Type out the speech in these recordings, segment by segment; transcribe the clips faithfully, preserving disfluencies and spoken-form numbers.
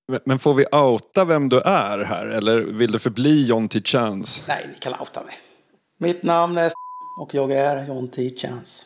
Men får vi outa vem du är här? Eller vill du förbli John T. Chance? Nej, ni kan outa mig. Mitt namn är och jag är John T. Chance.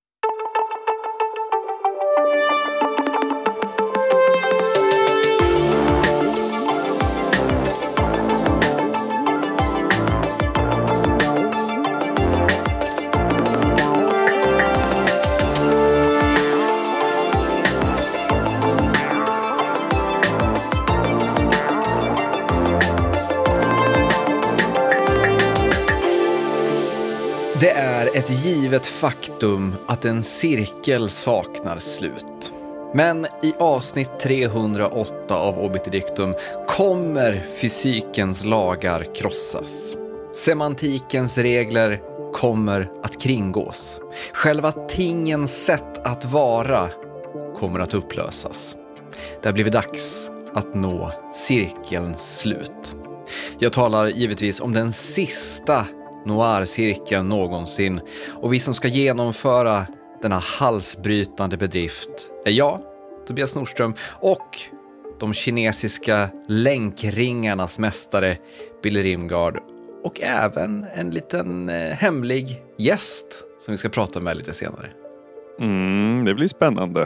Det är ett givet faktum att en cirkel saknar slut. Men i avsnitt trehundraåtta av Obiterdictum kommer fysikens lagar krossas. Semantikens regler kommer att kringgås. Själva tingens sätt att vara kommer att upplösas. Det har blivit dags att nå cirkelns slut. Jag talar givetvis om den sista noir-cirkeln någonsin, och vi som ska genomföra denna halsbrytande bedrift är jag, Tobias Nordström, och de kinesiska länkringarnas mästare Billy Rimgard, och även en liten eh, hemlig gäst som vi ska prata med lite senare. Mm, det blir spännande.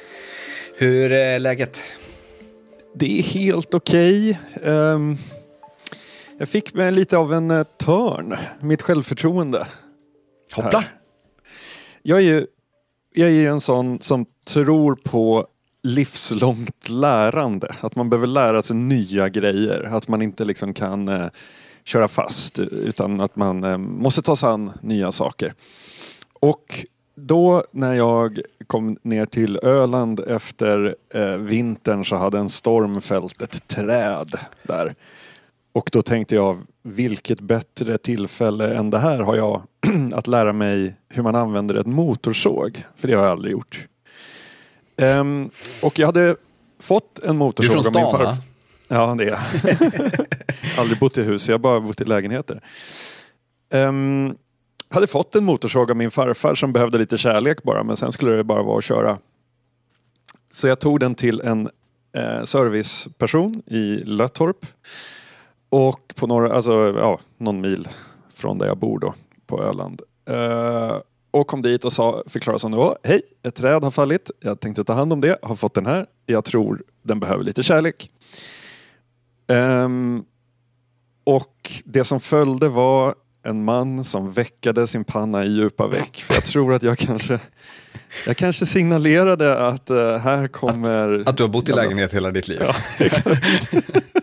Hur är läget? Det är helt okej. Okay. Um... Jag fick mig lite av en uh, törn, mitt självförtroende. Hoppla! Här. Jag är ju jag är ju en sån som tror på livslångt lärande. Att man behöver lära sig nya grejer. Att man inte liksom kan uh, köra fast, utan att man uh, måste ta sig an nya saker. Och då när jag kom ner till Öland efter uh, vintern så hade en storm fällt ett träd där. Och då tänkte jag, vilket bättre tillfälle än det här har jag att lära mig hur man använder ett motorsåg. För det har jag aldrig gjort. Um, och jag hade fått en motorsåg av min farfar. Ja, det är jag. Aldrig bott i hus, jag har bara bott i lägenheter. Um, hade fått en motorsåg av min farfar som behövde lite kärlek bara. Men sen skulle det bara vara att köra. Så jag tog den till en eh, serviceperson i Löttorp. Och på några, alltså, ja, någon mil från där jag bor då, på Öland. Uh, och kom dit och sa, förklarade som det var. Hej, ett träd har fallit. Jag tänkte ta hand om det. Har fått den här. Jag tror den behöver lite kärlek. Um, och det som följde var en man som väckade sin panna i djupa väck. För jag tror att jag kanske... Jag kanske signalerade att uh, här kommer... Att, att du har bott i lägenhet hela ditt liv. Ja, exakt.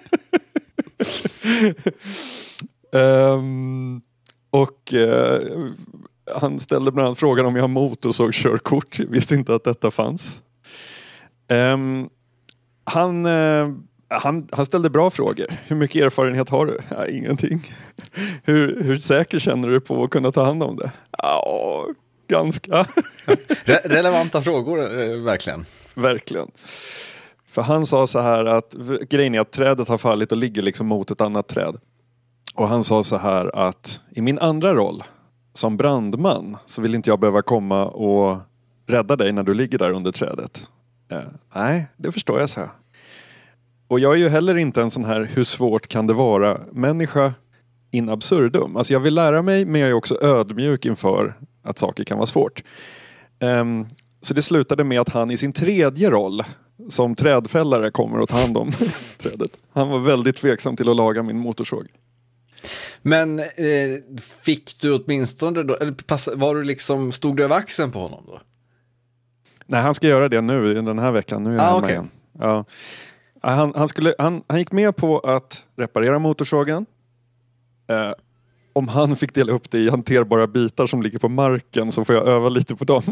um, och uh, han ställde bland annat frågan om jag har motorsågskörkort. Jag visste inte att detta fanns. Um, han, uh, han, han ställde bra frågor. Hur mycket erfarenhet har du? Ja, ingenting. hur, hur säker känner du på att kunna ta hand om det? Ja, ganska. Re- relevanta frågor, eh, verkligen. Verkligen. För han sa så här att grejen är att trädet har fallit och ligger liksom mot ett annat träd. Och han sa så här att i min andra roll som brandman så vill inte jag behöva komma och rädda dig när du ligger där under trädet. Eh, nej, det förstår jag, så här. Och jag är ju heller inte en sån här hur svårt kan det vara människa in absurdum. Alltså jag vill lära mig, men jag är också ödmjuk inför att saker kan vara svårt. Um, så det slutade med att han i sin tredje roll som trädfällare kommer att ta hand om trädet. Han var väldigt tveksam till att laga min motorsåg. Men eh, fick du åtminstone då, eller pass, var du liksom, stod du över axeln på honom då? Nej, han ska göra det nu den här veckan. Nu är jag ah, hemma okay. igen. Ja. Han, han, skulle, han, han gick med på att reparera motorsågen. Eh, om han fick dela upp det i hanterbara bitar som ligger på marken, så får jag öva lite på dem.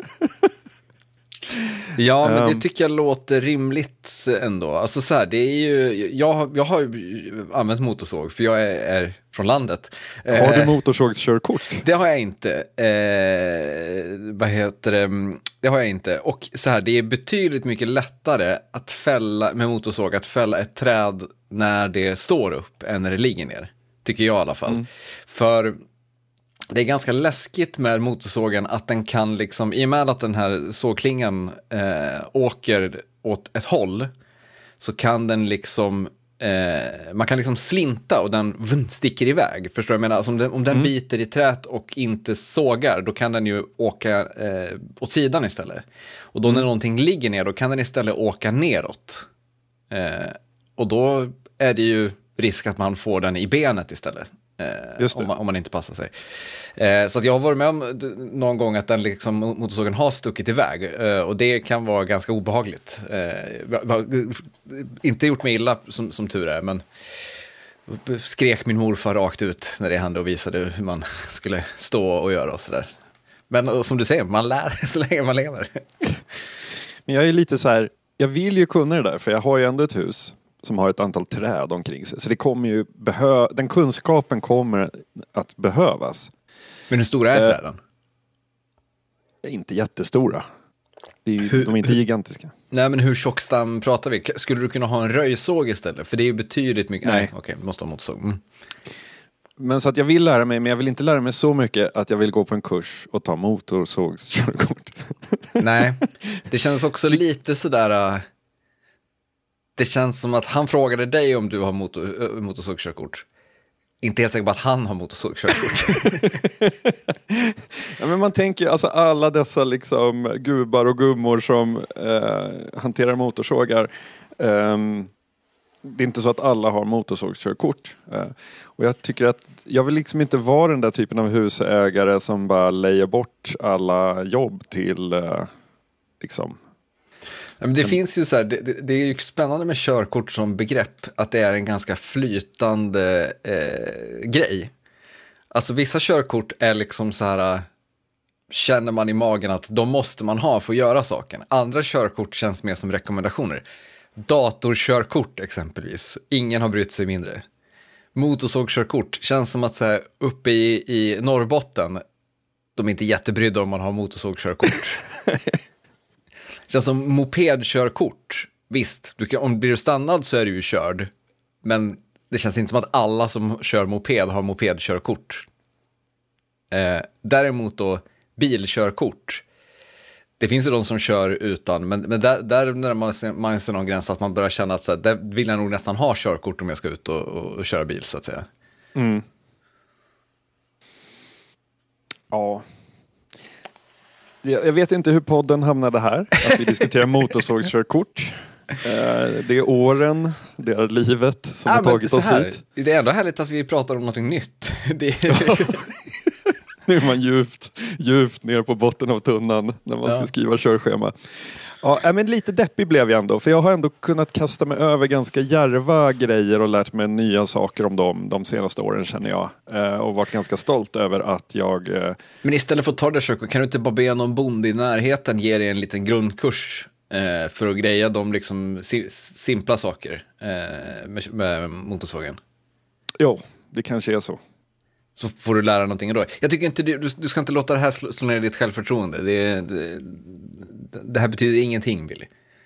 Ja, men det tycker jag låter rimligt ändå. Alltså så här, det är ju, jag, jag har ju använt motorsåg för jag är, är från landet. Har du motorsågskörkort? Det har jag inte. Eh, vad heter det? Det har jag inte. Och så här, det är betydligt mycket lättare att fälla med motorsåg, att fälla ett träd när det står upp än när det ligger ner. Tycker jag i alla fall. Mm. För det är ganska läskigt med motorsågen att den kan liksom, i och med att den här sågklingan eh, åker åt ett håll, så kan den liksom eh, man kan liksom slinta och den vn, sticker iväg. Förstår du? Jag menar, alltså om den, om den mm. biter i trät och inte sågar, då kan den ju åka eh, åt sidan istället. Och då mm. när någonting ligger ner, då kan den istället åka neråt. Eh, och då är det ju risk att man får den i benet istället. Eh, om, man, om man inte passar sig. Eh, så att jag har varit med om någon gång att den liksom, motorsågen har stuckit iväg. Eh, och det kan vara ganska obehagligt. Eh, inte gjort mig illa som, som tur är, men skrek min morfar rakt ut när det hände och visade hur man skulle stå och göra och sådär. Men och som du säger, man lär så länge man lever. Men jag är lite så här, jag vill ju kunna det där, för jag har ju ändå ett hus som har ett antal träd omkring sig. Så det kommer ju behö- den kunskapen kommer att behövas. Men hur stora är träden? Eh, inte jättestora. Det är ju, hur, de är inte hur, gigantiska. Nej, men hur tjock stam pratar vi? Skulle du kunna ha en röjsåg istället? För det är ju betydligt mycket. Nej. Nej, okej, okay, måste ha motorsåg. Mm. Men så att jag vill lära mig, men jag vill inte lära mig så mycket att jag vill gå på en kurs och ta motorsågskörkort. Nej, det känns också lite sådär... Det känns som att han frågade dig om du har motor, motorsågskörkort. Inte helt säker på att han har motorsågskörkort. Ja, men man tänker alltså alla dessa liksom gubbar och gummor som eh, hanterar motorsågar. Eh, det är inte så att alla har motorsågskörkort. Eh, och jag tycker att jag vill liksom inte vara den där typen av husägare som bara lejer bort alla jobb till eh, liksom... Men det finns ju så här, det, det är ju spännande med körkort som begrepp, att det är en ganska flytande eh, grej. Alltså vissa körkort är liksom så här, känner man i magen att de måste man ha för att göra saken. Andra körkort känns mer som rekommendationer. Datorkörkort exempelvis, ingen har brytt sig mindre. Motorsågskörkort känns som att så här, uppe i, i Norrbotten, de är inte jättebrydda om man har motorsågskörkort. Känns som mopedkörkort. Visst, du kan, om blir du stannad så är du ju körd. Men det känns inte som att alla som kör moped har mopedkörkort. Eh, däremot då bilkörkort. Det finns ju de som kör utan. Men, men där, där när man, man ser någon gräns att man börjar känna att så här, där vill jag nog nästan ha körkort om jag ska ut och, och, och köra bil så att säga. Mm. Ja. Jag vet inte hur podden hamnade här. Att vi diskuterar motorsågskörkort. Det är åren, det är livet som ja, har tagit oss här, hit. Det är ändå härligt att vi pratar om något nytt. Det är... Nu är man djupt, djupt ner på botten av tunnan när man ja. ska skriva körschema. Ja, men lite deppig blev jag ändå. För jag har ändå kunnat kasta mig över ganska djärva grejer och lärt mig nya saker om dem de senaste åren, känner jag. Och varit ganska stolt över att jag... Men istället för att ta det körkort, kan du inte bara be någon bonde i närheten ge dig en liten grundkurs för att greja de liksom simpla saker med, med motorsågen? Jo, det kanske är så. Så får du lära någonting då. Jag tycker inte du, du ska inte låta det här slå, slå ner ditt självförtroende. Det, det, det här betyder ingenting, Billy.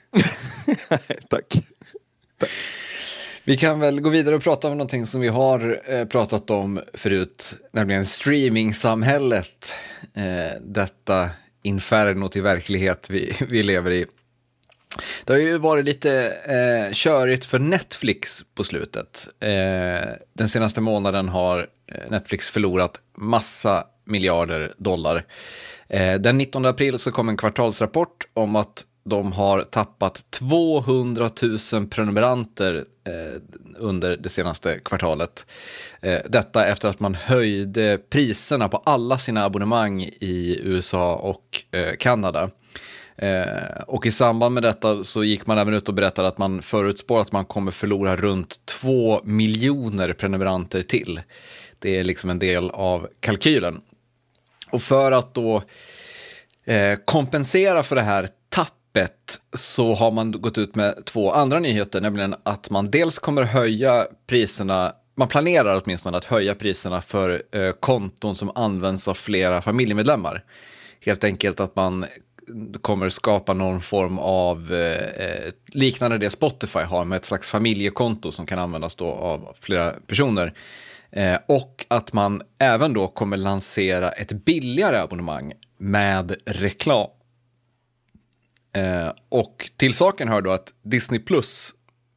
Tack. Tack. Vi kan väl gå vidare och prata om någonting som vi har eh, pratat om förut, nämligen streamingsamhället. Eh, detta inferno till verklighet vi, vi lever i. Det har ju varit lite eh, körigt för Netflix på slutet. Eh, den senaste månaden har Netflix förlorat massa miljarder dollar. Eh, den nittonde april så kom en kvartalsrapport om att de har tappat tvåhundratusen prenumeranter eh, under det senaste kvartalet. Eh, detta efter att man höjde priserna på alla sina abonnemang i U S A och eh, Kanada. Eh, och i samband med detta så gick man även ut och berättade att man förutspår att man kommer förlora runt två miljoner prenumeranter till. Det är liksom en del av kalkylen. Och för att då eh, kompensera för det här tappet så har man gått ut med två andra nyheter, nämligen att man dels kommer höja priserna, man planerar åtminstone att höja priserna för eh, konton som används av flera familjemedlemmar. Helt enkelt att man kommer skapa någon form av eh, liknande det Spotify har med ett slags familjekonto som kan användas då av flera personer. Eh, och att man även då kommer lansera ett billigare abonnemang med reklam. Eh, och till saken hör då att Disney Plus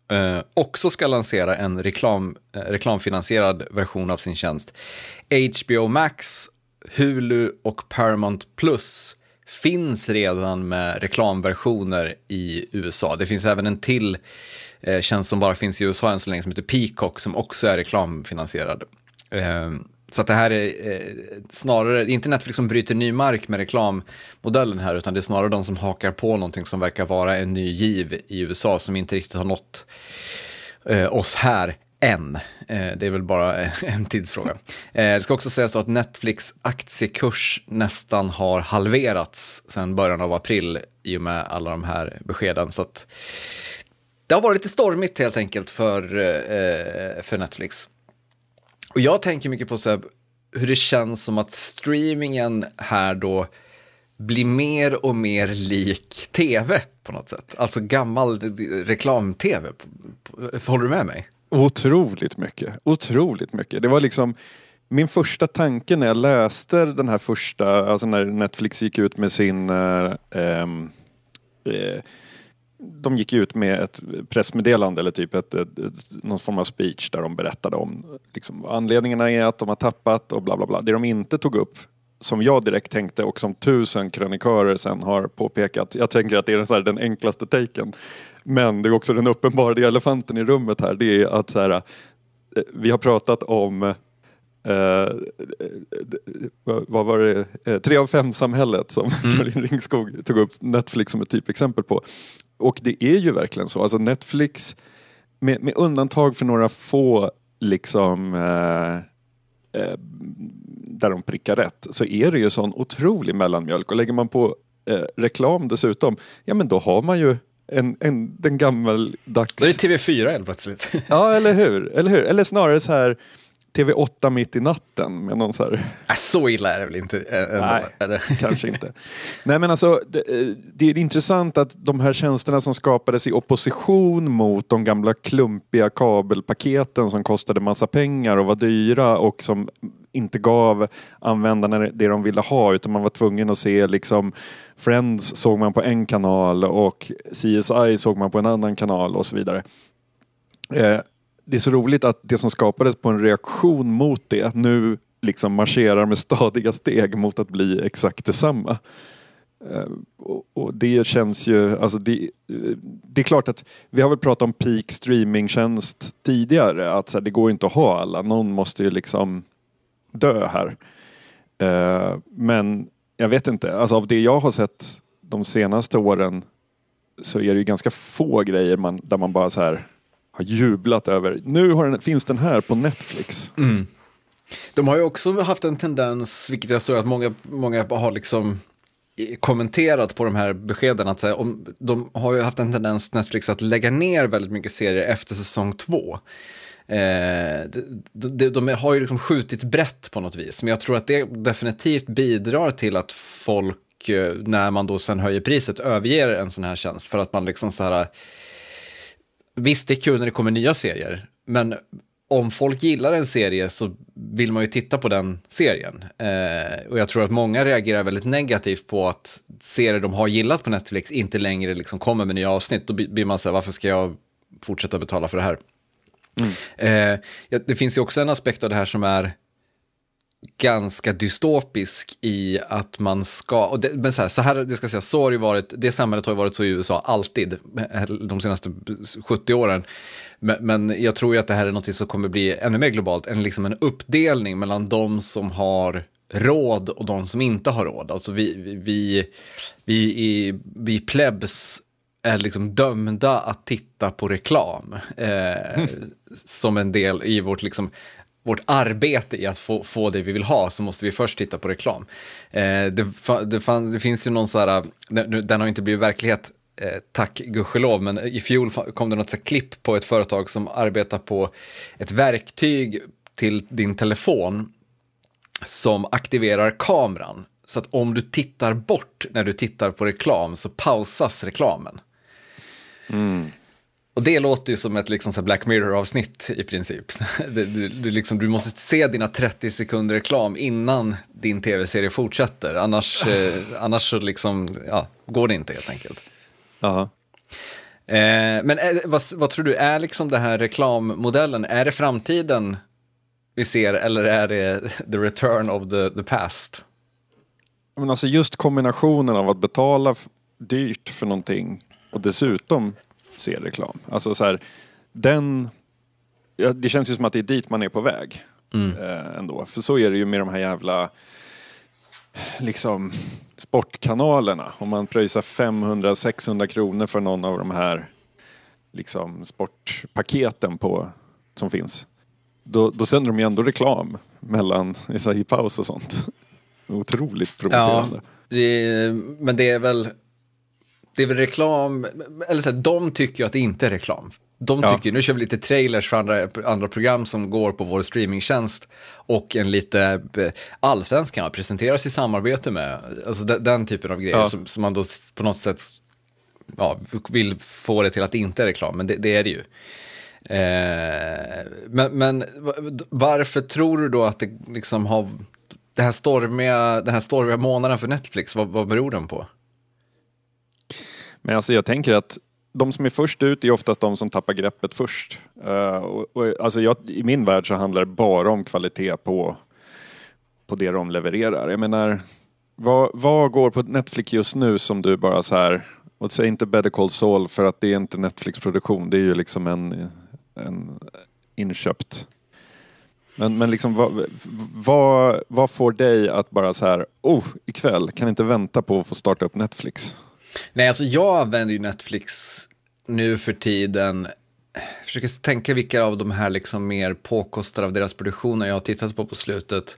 eh, också ska lansera en reklam, eh, reklamfinansierad version av sin tjänst. H B O Max, Hulu och Paramount Plus finns redan med reklamversioner i U S A. Det finns även en till eh, tjänst som bara finns i U S A än så länge som heter Peacock som också är reklamfinansierad. Eh, så att det här är eh, snarare, det är inte Netflix som bryter ny mark med reklammodellen här, utan det är snarare de som hakar på någonting som verkar vara en ny giv i U S A som inte riktigt har nått eh, oss här än. Eh, det är väl bara en tidsfråga. Eh, det ska också sägas att Netflix aktiekurs nästan har halverats sedan början av april i och med alla de här beskeden. Så att det har varit lite stormigt helt enkelt för, eh, för Netflix. Och jag tänker mycket på så här, hur det känns som att streamingen här då blir mer och mer lik tv på något sätt. Alltså gammal reklam-tv. Håller du med mig? Otroligt mycket. Otroligt mycket. Det var liksom min första tanke när jag läste den här första, alltså när Netflix gick ut med sin eh, eh, de gick ut med ett pressmeddelande eller typ ett, ett, ett, någon form av speech där de berättade om liksom, anledningarna är att de har tappat och bla bla bla. Det de inte tog upp, som jag direkt tänkte och som tusen krönikörer sen har påpekat, jag tänker att det är så här, den enklaste taken, men det är också den uppenbara elefanten i rummet här, det är att så här, vi har pratat om Uh, vad var det? Uh, tre av fem samhället som mm. Ringskog tog upp Netflix som ett typexempel på. Och det är ju verkligen så. Alltså Netflix, med, med undantag för några få liksom uh, uh, där de prickar rätt, så är det ju sån otrolig mellanmjölk. Och lägger man på uh, reklam dessutom, ja men då har man ju en, en, den gammaldags... Det är T V fyra helt plötsligt. Ja, eller hur? Eller hur? Eller snarare så här T V åtta mitt i natten med någon så här... Äh, så illa är det väl inte? Äh, Nej, eller? kanske inte. Nej, men alltså, det, det är intressant att de här tjänsterna som skapades i opposition mot de gamla klumpiga kabelpaketen som kostade massa pengar och var dyra och som inte gav användarna det de ville ha, utan man var tvungen att se liksom Friends såg man på en kanal och C S I såg man på en annan kanal och så vidare. Eh, Det är så roligt att det som skapades på en reaktion mot det nu liksom marscherar med stadiga steg mot att bli exakt detsamma. Uh, och, och det känns ju, alltså det, uh, det är klart att vi har väl pratat om peak streamingtjänst tidigare, att så här, det går inte att ha alla, någon måste ju liksom dö här. Uh, men jag vet inte, alltså av det jag har sett de senaste åren så är det ju ganska få grejer man, där man bara så här har jublat över. Nu har den, finns den här på Netflix. Mm. De har ju också haft en tendens, vilket jag såg att många, många har liksom kommenterat på de här beskeden, att säga, om, de har ju haft en tendens, Netflix, att lägga ner väldigt mycket serier efter säsong två. Eh, de, de, de har ju liksom skjutit brett på något vis, men jag tror att det definitivt bidrar till att folk, när man då sen höjer priset, överger en sån här tjänst, för att man liksom så här... Visst, det är kul när det kommer nya serier, men om folk gillar en serie så vill man ju titta på den serien. Eh, och jag tror att många reagerar väldigt negativt på att serier de har gillat på Netflix inte längre liksom kommer med nya avsnitt. Då blir man så här, varför ska jag fortsätta betala för det här? Mm. Eh, ja, det finns ju också en aspekt av det här som är ganska dystopisk i att man ska, och det, men så här, så här det ska säga, så har det varit, det samhället har ju varit så i U S A alltid de senaste sjuttio åren, men, men jag tror ju att det här är något som kommer bli ännu mer globalt, en, liksom en uppdelning mellan de som har råd och de som inte har råd. Alltså vi vi vi, vi, vi plebs är liksom dömda att titta på reklam eh, mm. som en del i vårt liksom vårt arbete i att få, få det vi vill ha, så måste vi först titta på reklam. Eh, det, det, fann, det finns ju någon så här, den har inte blivit verklighet, eh, tack gudskelov, men i fjol kom det något så här klipp på ett företag som arbetar på ett verktyg till din telefon som aktiverar kameran. Så att om du tittar bort när du tittar på reklam så pausas reklamen. Mm. Och det låter ju som ett liksom så Black Mirror-avsnitt i princip. Du, du, liksom, du måste se dina trettio sekunder reklam innan din tv-serie fortsätter. Annars, eh, annars så liksom, ja, går det inte helt enkelt. Uh-huh. Eh, men är, vad, vad tror du, är liksom det här reklammodellen, är det framtiden vi ser eller är det the return of the, the past? Men alltså just kombinationen av att betala f- dyrt för någonting och dessutom se reklam. Alltså så här, den, ja, det känns ju som att det är dit man är på väg. Mm. Eh, ändå. För så är det ju med de här jävla liksom sportkanalerna. Om man pröjsar femhundra sexhundra kronor för någon av de här liksom sportpaketen på, som finns. Då, då sänder de ju ändå reklam mellan i paus och sånt. Otroligt provocerande. Ja, det, men det är väl det är väl reklam, eller så här, de tycker ju att det inte är reklam. De tycker, ja. Nu kör vi lite trailers för andra, andra program som går på vår streamingtjänst och en lite allsvenskan presenteras i samarbete med, alltså den, den typen av grejer, ja. som, som man då på något sätt, ja, vill få det till att det inte är reklam, men det, det är det ju. Eh, men, men varför tror du då att det liksom har det här stormiga, den här stormiga månaden för Netflix, vad, vad beror den på? Men alltså jag tänker att de som är först ut är oftast de som tappar greppet först. Uh, och, och, alltså jag, i min värld så handlar det bara om kvalitet på, på det de levererar. Jag menar, vad, vad går på Netflix just nu som du bara så här, och säg inte Better Call Saul för att det är inte Netflix-produktion, det är ju liksom en, en inköpt. Men, men liksom, vad, vad, vad får dig att bara så här, oh, ikväll kan inte vänta på att få starta upp Netflix? Nej, alltså jag använder ju Netflix nu för tiden. Jag försöker tänka vilka av de här liksom mer påkostade av deras produktioner jag har tittat på på slutet.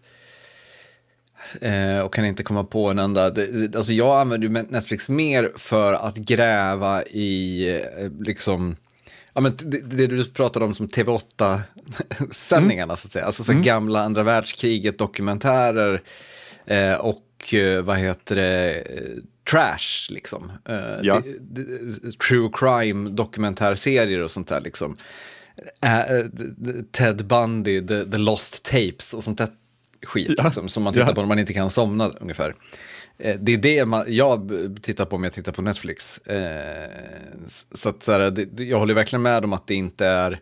Eh, och kan inte komma på en enda. Alltså jag använder ju Netflix mer för att gräva i eh, liksom... Ja, men det, det du pratade om som T V åtta-sändningarna, mm. så att säga. Alltså så mm. gamla andra världskriget, dokumentärer eh, och eh, vad heter det, trash liksom. Eh, ja. det, det, true crime dokumentärserier och sånt där liksom. Eh, Ted Bundy, the, the Lost Tapes och sånt där skit ja. liksom, som man tittar ja. på när man inte kan somna ungefär. Det är det man, jag tittar på om jag tittar på Netflix. Eh, så att så här, det, jag håller verkligen med om att det inte är...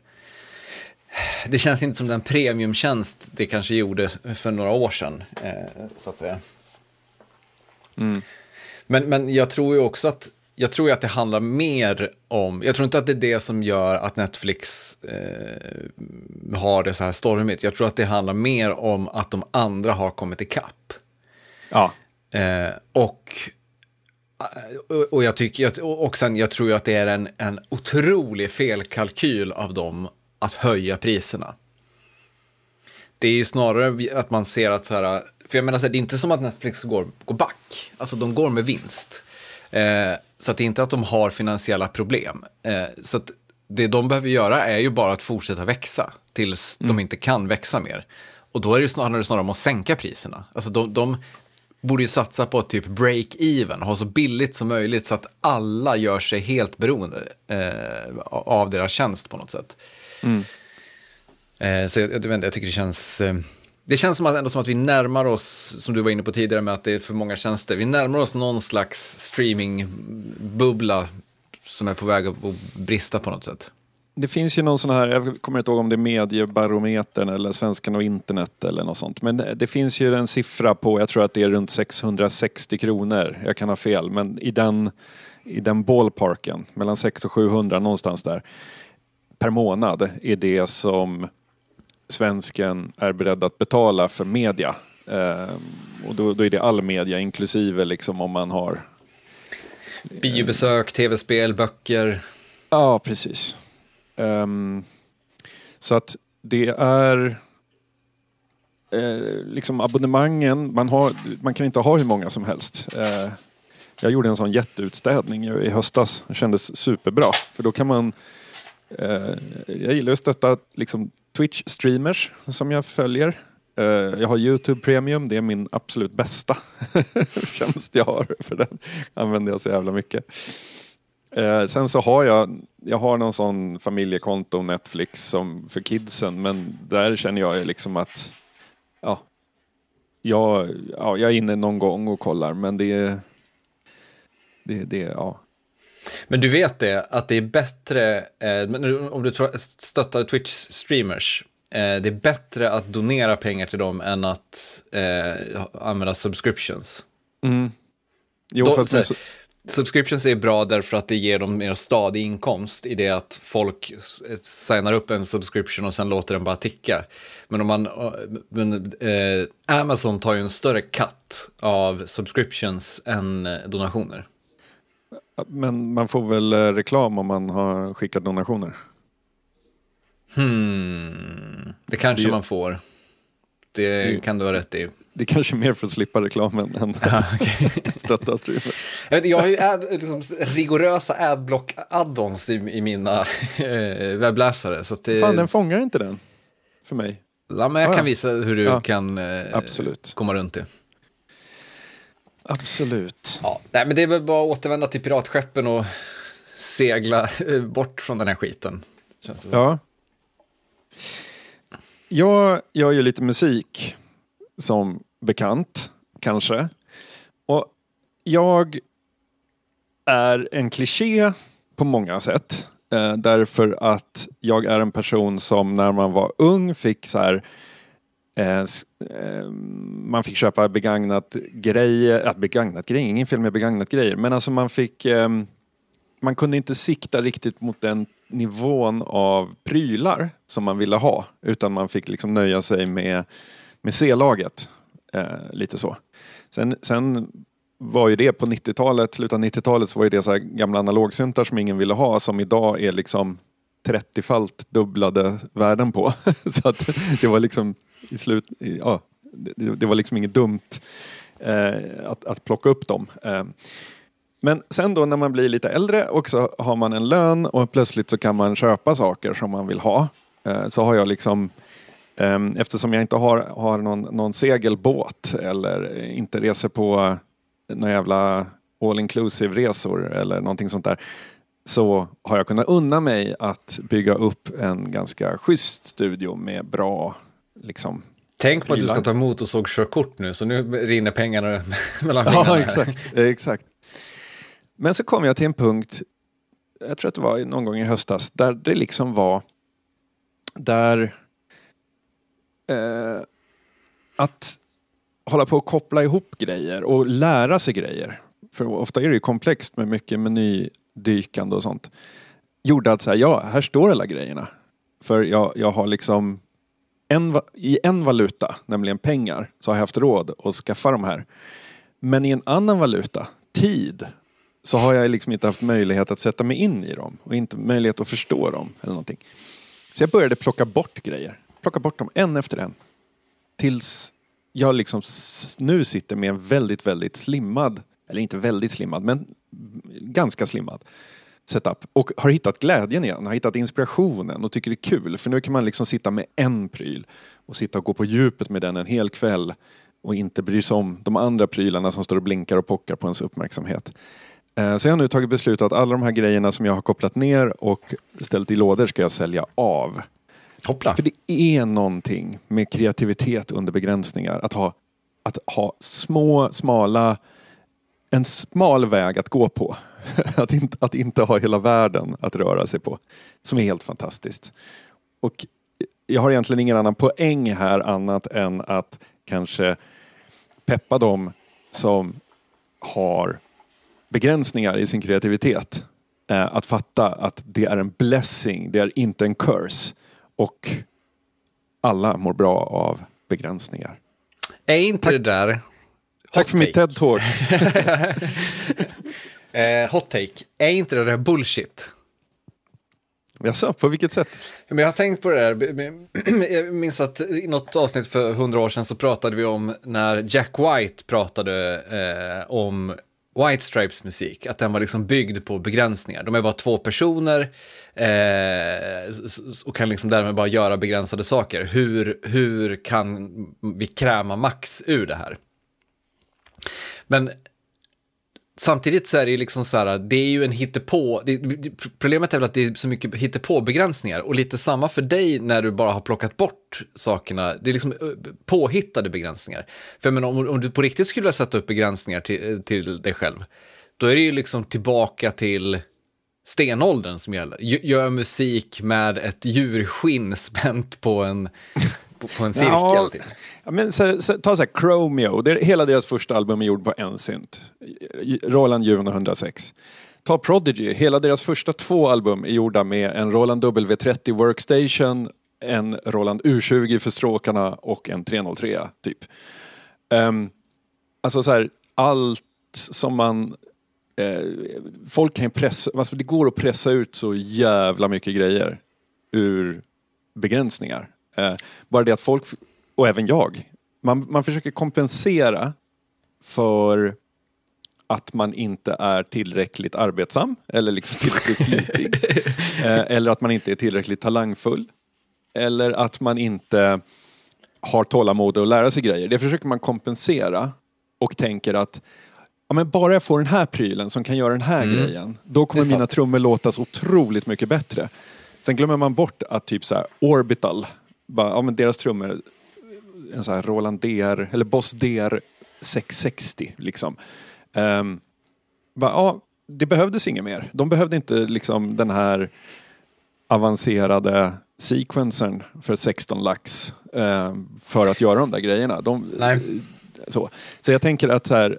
Det känns inte som den premiumtjänst det kanske gjorde för några år sedan, eh, så att säga. Mm. Men, men jag tror ju också att jag tror att det handlar mer om... Jag tror inte att det är det som gör att Netflix eh, har det så här stormigt. Jag tror att det handlar mer om att de andra har kommit ikapp. Ja. Eh, och, och jag tycker och sen jag tror ju att det är en, en otrolig felkalkyl av dem att höja priserna. Det är ju snarare att man ser att så här, för jag menar så här, det är inte som att Netflix går, går back, alltså de går med vinst, eh, så att det är inte att de har finansiella problem, eh, så att det de behöver göra är ju bara att fortsätta växa tills mm. de inte kan växa mer, och då är det ju snarare, snarare om att sänka priserna. Alltså de, de borde ju satsa på typ break-even, ha så billigt som möjligt så att alla gör sig helt beroende eh, av deras tjänst på något sätt. Mm. Eh, så jag, jag, jag tycker det känns eh, det känns som att, ändå som att vi närmar oss, som du var inne på tidigare med att det är för många tjänster, vi närmar oss någon slags streamingbubbla som är på väg att brista på något sätt. Det finns ju någon sån här, jag kommer inte ihåg om det är mediebarometern eller Svenskan och internet eller något sånt. Men det, det finns ju en siffra på, jag tror att det är runt sexhundrasextio kronor. Jag kan ha fel, men i den, i den ballparken, mellan sex och sjuhundra någonstans där, per månad är det som svensken är beredd att betala för media. Eh, och då, då är det all media, inklusive liksom om man har... Biobesök, tv-spel, böcker. Ja, precis. Um, så att det är eh, liksom abonnemangen, man, har, man kan inte ha hur många som helst. Eh, jag gjorde en sån jätteutstädning i höstas, det kändes superbra, för då kan man eh, jag gillar att stötta liksom Twitch-streamers som jag följer. eh, jag har YouTube Premium, det är min absolut bästa tjänst jag har, för den använder jag så jävla mycket. Eh, sen så har jag jag har någon sån familjekonto Netflix som för kidsen, men där känner jag liksom att ja, jag, ja, jag är inne någon gång och kollar, men det är det, det ja. Men du vet det, att det är bättre, eh, om du stöttar Twitch-streamers, eh, det är bättre att donera pengar till dem än att eh, använda subscriptions. Mm. Jo, Då, fast så, subscriptions är bra därför att det ger dem mer stadig inkomst i det att folk signar upp en subscription och sen låter den bara ticka. Men om man men, eh, Amazon tar ju en större cut av subscriptions än donationer. Men man får väl reklam om man har skickat donationer? Hmm. Det kanske det, man får. Det, det kan du ha rätt i. Det är kanske mer för att slippa reklamen än att okay. stötta streamers. Jag, vet, jag har ju ad, liksom, rigorösa adblock add-ons i, i mina eh, webbläsare. Så att det, fan, den fångar inte den för mig. Ja, men jag ah, kan ja. visa hur du ja. kan eh, Absolut. komma runt det. Absolut. Ja, nej, men det är väl bara att återvända till piratskeppen och segla eh, bort från den här skiten. Känns det ja. Jag gör ju lite musik som bekant, kanske. Och jag är en kliché på många sätt. Eh, därför att jag är en person som när man var ung fick så här... Eh, eh, man fick köpa begagnat grejer. Att begagnat grejer, ingen film med begagnat grejer. Men alltså man fick... Eh, man kunde inte sikta riktigt mot den nivån av prylar som man ville ha. Utan man fick liksom nöja sig med, med C-laget. Eh, lite så. Sen, sen var ju det på nittiotalet, slutet av nittiotalet så var ju det så här gamla analogsyntar som ingen ville ha. Som idag är liksom trettiofalt dubblade värden på. Så att det var liksom i slut... Ja, det, det var liksom inget dumt eh, att, att plocka upp dem. Eh, Men sen då när man blir lite äldre och så har man en lön och plötsligt så kan man köpa saker som man vill ha. Så har jag liksom, eftersom jag inte har, har någon, någon segelbåt eller inte reser på några jävla all inclusive resor eller någonting sånt där. Så har jag kunnat unna mig att bygga upp en ganska schysst studio med bra liksom... Tänk på att du ska ta motorsågskörkort nu så nu rinner pengarna mellan fingrarna. Ja, exakt, exakt. Men så kom jag till en punkt, jag tror att det var någon gång i höstas, där det liksom var där eh, att hålla på att koppla ihop grejer och lära sig grejer. För ofta är det ju komplext med mycket menydykande och sånt. Gjorde att säga, ja, här står alla grejerna. För jag, jag har liksom en, i en valuta, nämligen pengar, så har jag haft råd att skaffa de här. Men i en annan valuta, tid, så har jag liksom inte haft möjlighet att sätta mig in i dem. Och inte möjlighet att förstå dem eller någonting. Så jag började plocka bort grejer. Plocka bort dem en efter en. Tills jag liksom nu sitter med en väldigt, väldigt slimmad, eller inte väldigt slimmad, men ganska slimmad setup. Och har hittat glädjen igen, har hittat inspirationen och tycker det är kul. För nu kan man liksom sitta med en pryl och sitta och gå på djupet med den en hel kväll. Och inte bry sig om de andra prylarna som står och blinkar och pockar på ens uppmärksamhet. Så jag har nu tagit beslut att alla de här grejerna som jag har kopplat ner och ställt i lådor ska jag sälja av. Hoppla. För det är någonting med kreativitet under begränsningar. Att ha, att ha små, smala, en smal väg att gå på. Att inte, att inte ha hela världen att röra sig på. Som är helt fantastiskt. Och jag har egentligen ingen annan poäng här annat än att kanske peppa dem som har begränsningar i sin kreativitet. Eh, att fatta att det är en blessing, det är inte en curse. Och alla mår bra av begränsningar. Är inte Tack. det där... Tack för mitt TED-talk. eh, hot take. Är inte det där bullshit? Jaså, på vilket sätt? Men jag har tänkt på det där. Jag minns att i något avsnitt för hundra år sedan så pratade vi om när Jack White pratade eh, om White Stripes musik. Att den var liksom byggd på begränsningar. De är bara två personer eh, och kan liksom därmed bara göra begränsade saker. Hur, hur kan vi kräma max ur det här? Men samtidigt så är det ju liksom så här, det är ju en hittepå, det, problemet är väl att det är så mycket hittepå-begränsningar och lite samma för dig när du bara har plockat bort sakerna, det är liksom påhittade begränsningar. För men om, om du på riktigt skulle sätta upp begränsningar till, till dig själv, då är det ju liksom tillbaka till stenåldern som gäller. G- gör musik med ett djurskinn spänt på en, på, på en cirkel. Ja, typ. ja, men så, så, ta så här, Chromeo, det är, hela deras första album är gjord på en synt. Roland Juno hundrasex. Ta Prodigy, hela deras första två album är gjorda med en Roland W trettio Workstation, en Roland U tjugo för stråkarna och en tre noll tre typ. Um, alltså så här, allt som man eh, folk kan ju pressa, alltså det går att pressa ut så jävla mycket grejer ur begränsningar. Eh, bara det att folk, och även jag, man, man försöker kompensera för att man inte är tillräckligt arbetsam eller liksom tillräckligt flitig. eh, eller att man inte är tillräckligt talangfull. Eller att man inte har tålamod att lära sig grejer. Det försöker man kompensera och tänker att ja, men bara jag får den här prylen som kan göra den här mm. grejen, då kommer mina trummor låta så otroligt mycket bättre. Sen glömmer man bort att typ så här Orbital, bara, ja, men deras trummor, en så här Roland D R eller Boss D R sexhundrasextio liksom. Um, bara, ja, det behövdes inget mer. De behövde inte liksom den här avancerade sequencern för sexton lax eh, för att göra de där grejerna. De, Nej. Så. så jag tänker att så här,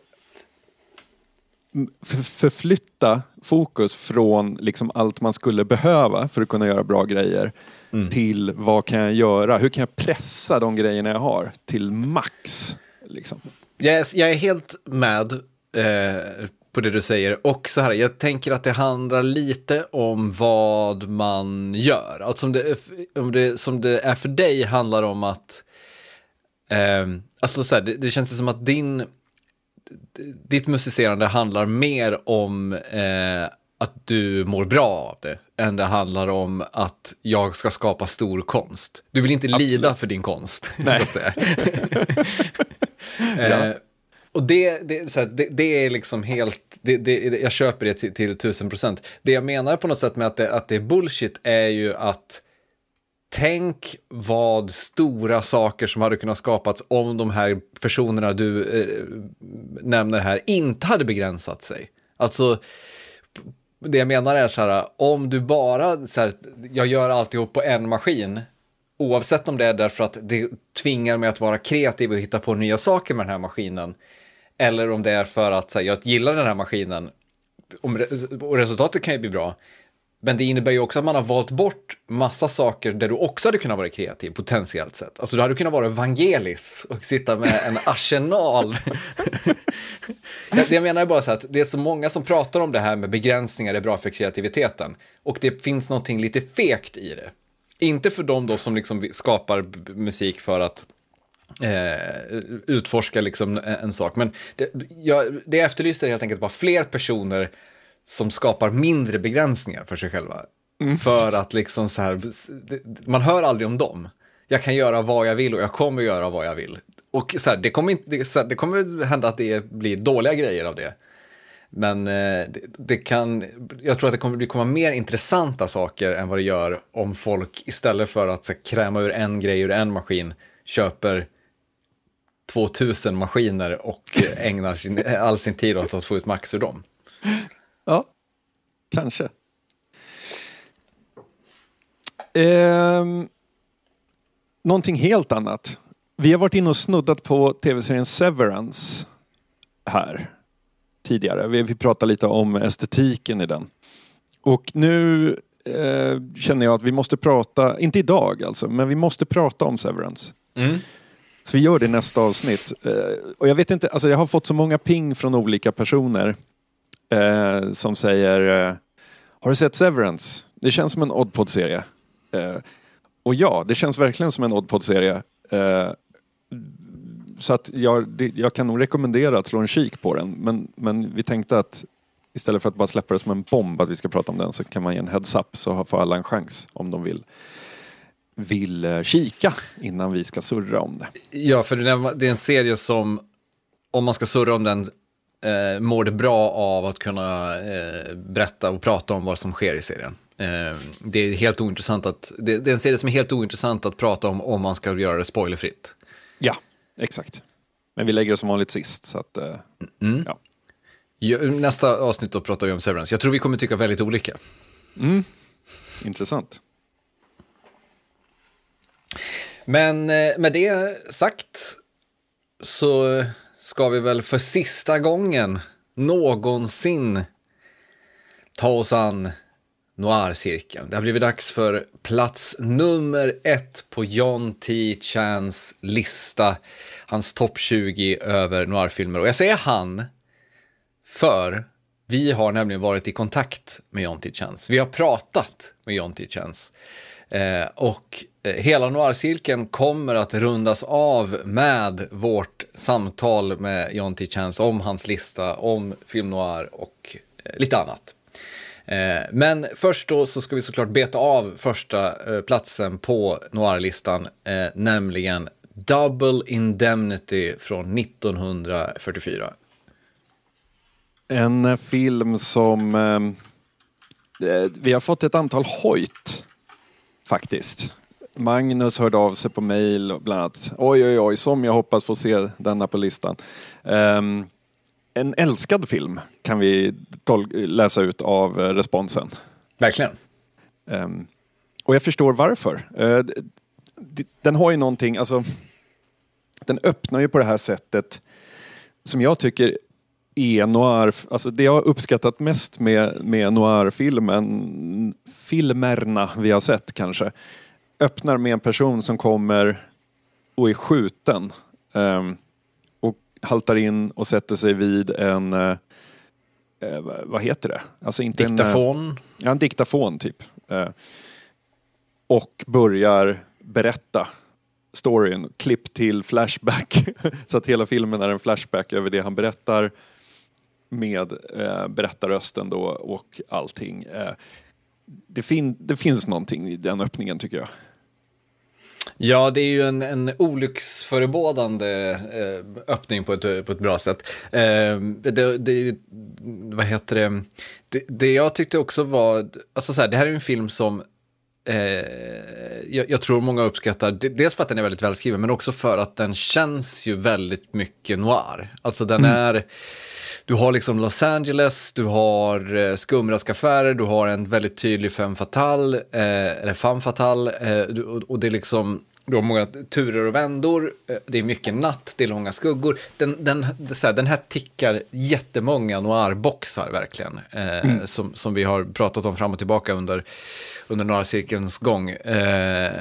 för, förflytta fokus från liksom allt man skulle behöva för att kunna göra bra grejer mm. till vad kan jag göra? Hur kan jag pressa de grejerna jag har till max? Liksom. Jag är, jag är helt med eh, på det du säger. Och så här, jag tänker att det handlar lite om vad man gör. Alltså om det, om det som det är för dig handlar om att eh, alltså så här, det, det känns som att din ditt musicerande handlar mer om eh, att du mår bra av det än det handlar om att jag ska skapa stor konst. Du vill inte Absolut. lida för din konst. Nej. Så att säga. eh, och det, det, så här, det, det är liksom helt, det, det, jag köper det till, till tusen procent. Det jag menar på något sätt med att det, att det är bullshit är ju att tänk vad stora saker som hade kunnat skapats om de här personerna du eh, nämner här inte hade begränsat sig. Alltså, det jag menar är så här, om du bara, så här, jag gör alltihop på en maskin, oavsett om det är därför att det tvingar mig att vara kreativ och hitta på nya saker med den här maskinen, eller om det är för att så här, jag gillar den här maskinen, och resultatet kan ju bli bra. Men det innebär ju också att man har valt bort massa saker där du också hade kunnat vara kreativ potentiellt sett. Alltså du hade kunnat vara evangelis och sitta med en arsenal. Jag menar bara så att det är så många som pratar om det här med begränsningar är bra för kreativiteten. Och det finns någonting lite fegt i det. Inte för dem då som liksom skapar b- musik för att eh, utforska liksom en, en sak. Men det, jag, det efterlyser helt enkelt bara fler personer som skapar mindre begränsningar för sig själva. Mm. För att liksom så här, man hör aldrig om dem. Jag kan göra vad jag vill och jag kommer göra vad jag vill. Och så här, det kommer inte, det, så här, det kommer hända att det blir dåliga grejer av det. Men eh, det, det kan, jag tror att det kommer bli komma mer intressanta saker än vad det gör om folk istället för att så här, kräma ur en grej ur en maskin köper tvåtusen maskiner och ägnar sin, all sin tid åt att få ut max ur dem. Ja, kanske. Ehm, någonting helt annat. Vi har varit inne och snuddat på tv-serien Severance här tidigare. Vi, vi pratade lite om estetiken i den. Och nu eh, känner jag att vi måste prata, inte idag alltså, men vi måste prata om Severance. Mm. Så vi gör det i nästa avsnitt. Eh, och jag vet inte, alltså jag har fått så många ping från olika personer Eh, som säger eh, har du sett Severance? Det känns som en Oddpod-serie. Eh, och ja, det känns verkligen som en Oddpod-serie. Eh, så att jag, det, jag kan nog rekommendera att slå en kik på den. Men, men vi tänkte att istället för att bara släppa det som en bomb att vi ska prata om den, så kan man ge en heads up så får alla en chans om de vill vill eh, kika innan vi ska surra om det. Ja, för det är en serie som, om man ska surra om den, Eh, mår det bra av att kunna eh, berätta och prata om vad som sker i serien. Eh, det är helt ointressant att det, det är en serie som är helt ointressant att prata om om man ska göra det spoilerfritt. Ja, exakt. Men vi lägger det som vanligt sist så att eh, mm. ja. Nästa avsnitt då pratar vi om Severance. Jag tror vi kommer tycka väldigt olika. Mm. Intressant. Men med det sagt så ska vi väl för sista gången någonsin ta oss an noir-cirkeln. Det har blivit dags för plats nummer ett på John T. Chans lista. Hans topp tjugo över noir-filmer. Och jag säger han för vi har nämligen varit i kontakt med John T. Chans. Vi har pratat med John T. Chans. Eh, och eh, hela noir-cirkeln kommer att rundas av med vårt samtal med John T. Chans om hans lista, om film noir och eh, lite annat. Eh, men först då så ska vi såklart beta av första eh, platsen på noir-listan, eh, nämligen Double Indemnity från nittonhundrafyrtiofyra. En film som eh, vi har fått ett antal hojt faktiskt. Magnus hörde av sig på mejl bland annat. Oj, oj, oj, som jag hoppas få se denna på listan. Um, en älskad film kan vi tol- läsa ut av responsen. Verkligen. Um, och jag förstår varför. Uh, den har ju någonting, alltså den öppnar ju på det här sättet som jag tycker är noir, alltså det jag har uppskattat mest med, med noir-filmen, filmerna vi har sett kanske, öppnar med en person som kommer och är skjuten um, och haltar in och sätter sig vid en, uh, vad heter det? Alltså inte diktafon. En, uh, ja, en diktafon typ. Uh, och börjar berätta storyn, klipp till flashback så att hela filmen är en flashback över det han berättar med eh, berättarrösten då och allting. Eh, det, fin- det finns någonting i den öppningen tycker jag. Ja, det är ju en, en olycksförebådande eh, öppning på ett, på ett bra sätt. Eh, det, det, vad heter det? det? Det jag tyckte också var, alltså så här, det här är en film som Eh, jag, jag tror många uppskattar, dels för att den är väldigt välskriven men också för att den känns ju väldigt mycket noir. Alltså den mm. är, du har liksom Los Angeles, du har eh, skumraskaffärer, du har en väldigt tydlig femme fatale, eh, eller femme fatale, eh, du, och, och det är liksom, du har många turer och vändor, eh, det är mycket natt, det är långa skuggor. Den, den, det, så här, den här tickar jättemånga noir-boxar verkligen, eh, mm. som, som vi har pratat om fram och tillbaka under under några cirkelns gång. Eh,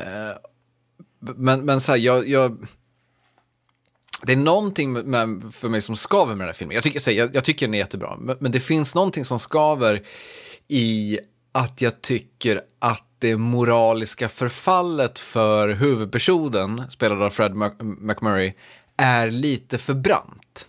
men, men så här, jag, jag... Det är någonting med, för mig som skaver med den här filmen. Jag tycker, så här, jag, jag tycker den är jättebra. Men, men det finns någonting som skaver i att jag tycker att det moraliska förfallet för huvudpersonen, spelad av Fred McMurray, är lite för brant.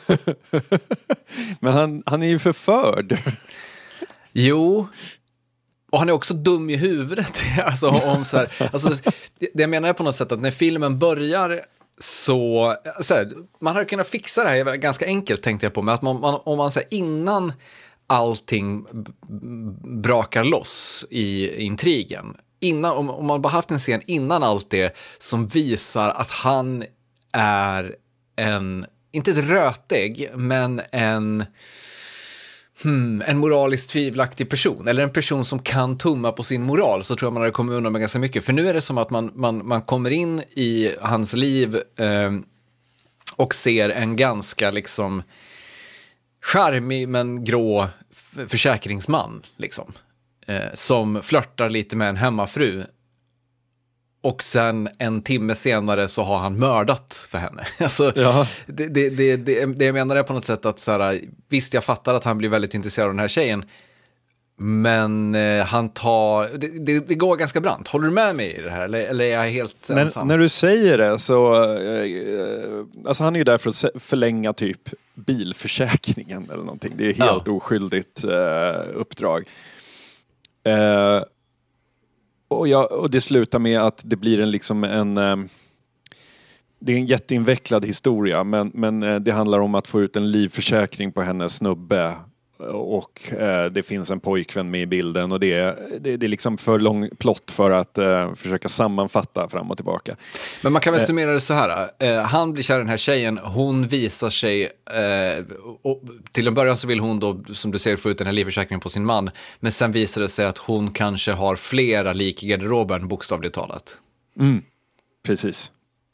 Men han, han är ju förförd. Jo, och han är också dum i huvudet. alltså, om så här, alltså, det, det jag menar är på något sätt att när filmen börjar så, så här, man har kunnat fixa det här ganska enkelt tänkte jag på, med att man, man, om man säger innan allting b- brakar loss i intrigen, innan, om, om man bara haft en scen innan allt det som visar att han är en, inte ett rötägg, men en Hmm, en moraliskt tvivelaktig person, eller en person som kan tumma på sin moral, så tror jag man hade kommit undan med ganska mycket. För nu är det som att man, man, man kommer in i hans liv eh, och ser en ganska liksom charmig men grå försäkringsman liksom, eh, som flörtar lite med en hemmafru. Och sen en timme senare så har han mördat för henne. Alltså, ja. det, det, det, det, det jag menar är på något sätt att så här, visst, jag fattar att han blir väldigt intresserad av den här tjejen. Men eh, han tar... Det, det, det går ganska brant. Håller du med mig i det här? Eller, eller är jag helt Men ensam? När du säger det så... Eh, alltså han är ju där för att förlänga typ bilförsäkringen eller någonting. Det är helt ja. oskyldigt eh, uppdrag. Eh, Och, jag, och det slutar med att det blir en liksom en... Um, det är en jätteinvecklad historia, men, men uh, det handlar om att få ut en livförsäkring på hennes snubbe. och eh, det finns en pojkvän med i bilden och det, det, det är liksom för lång plott för att eh, försöka sammanfatta fram och tillbaka. Men man kan väl summera det så här. Eh, han blir kär i den här tjejen, hon visar sig, eh, och till en början så vill hon då, som du säger, få ut den här livförsäkringen på sin man, men sen visar det sig att hon kanske har flera lik i garderoben, bokstavligt talat. Mm, precis.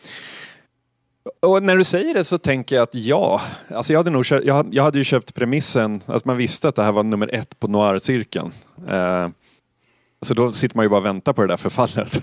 Och när du säger det så tänker jag att ja, alltså jag hade nog köpt, jag, jag hade ju köpt premissen, alltså man visste att det här var nummer ett på noir-cirkeln. Eh, så då sitter man ju bara och väntar på det där förfallet.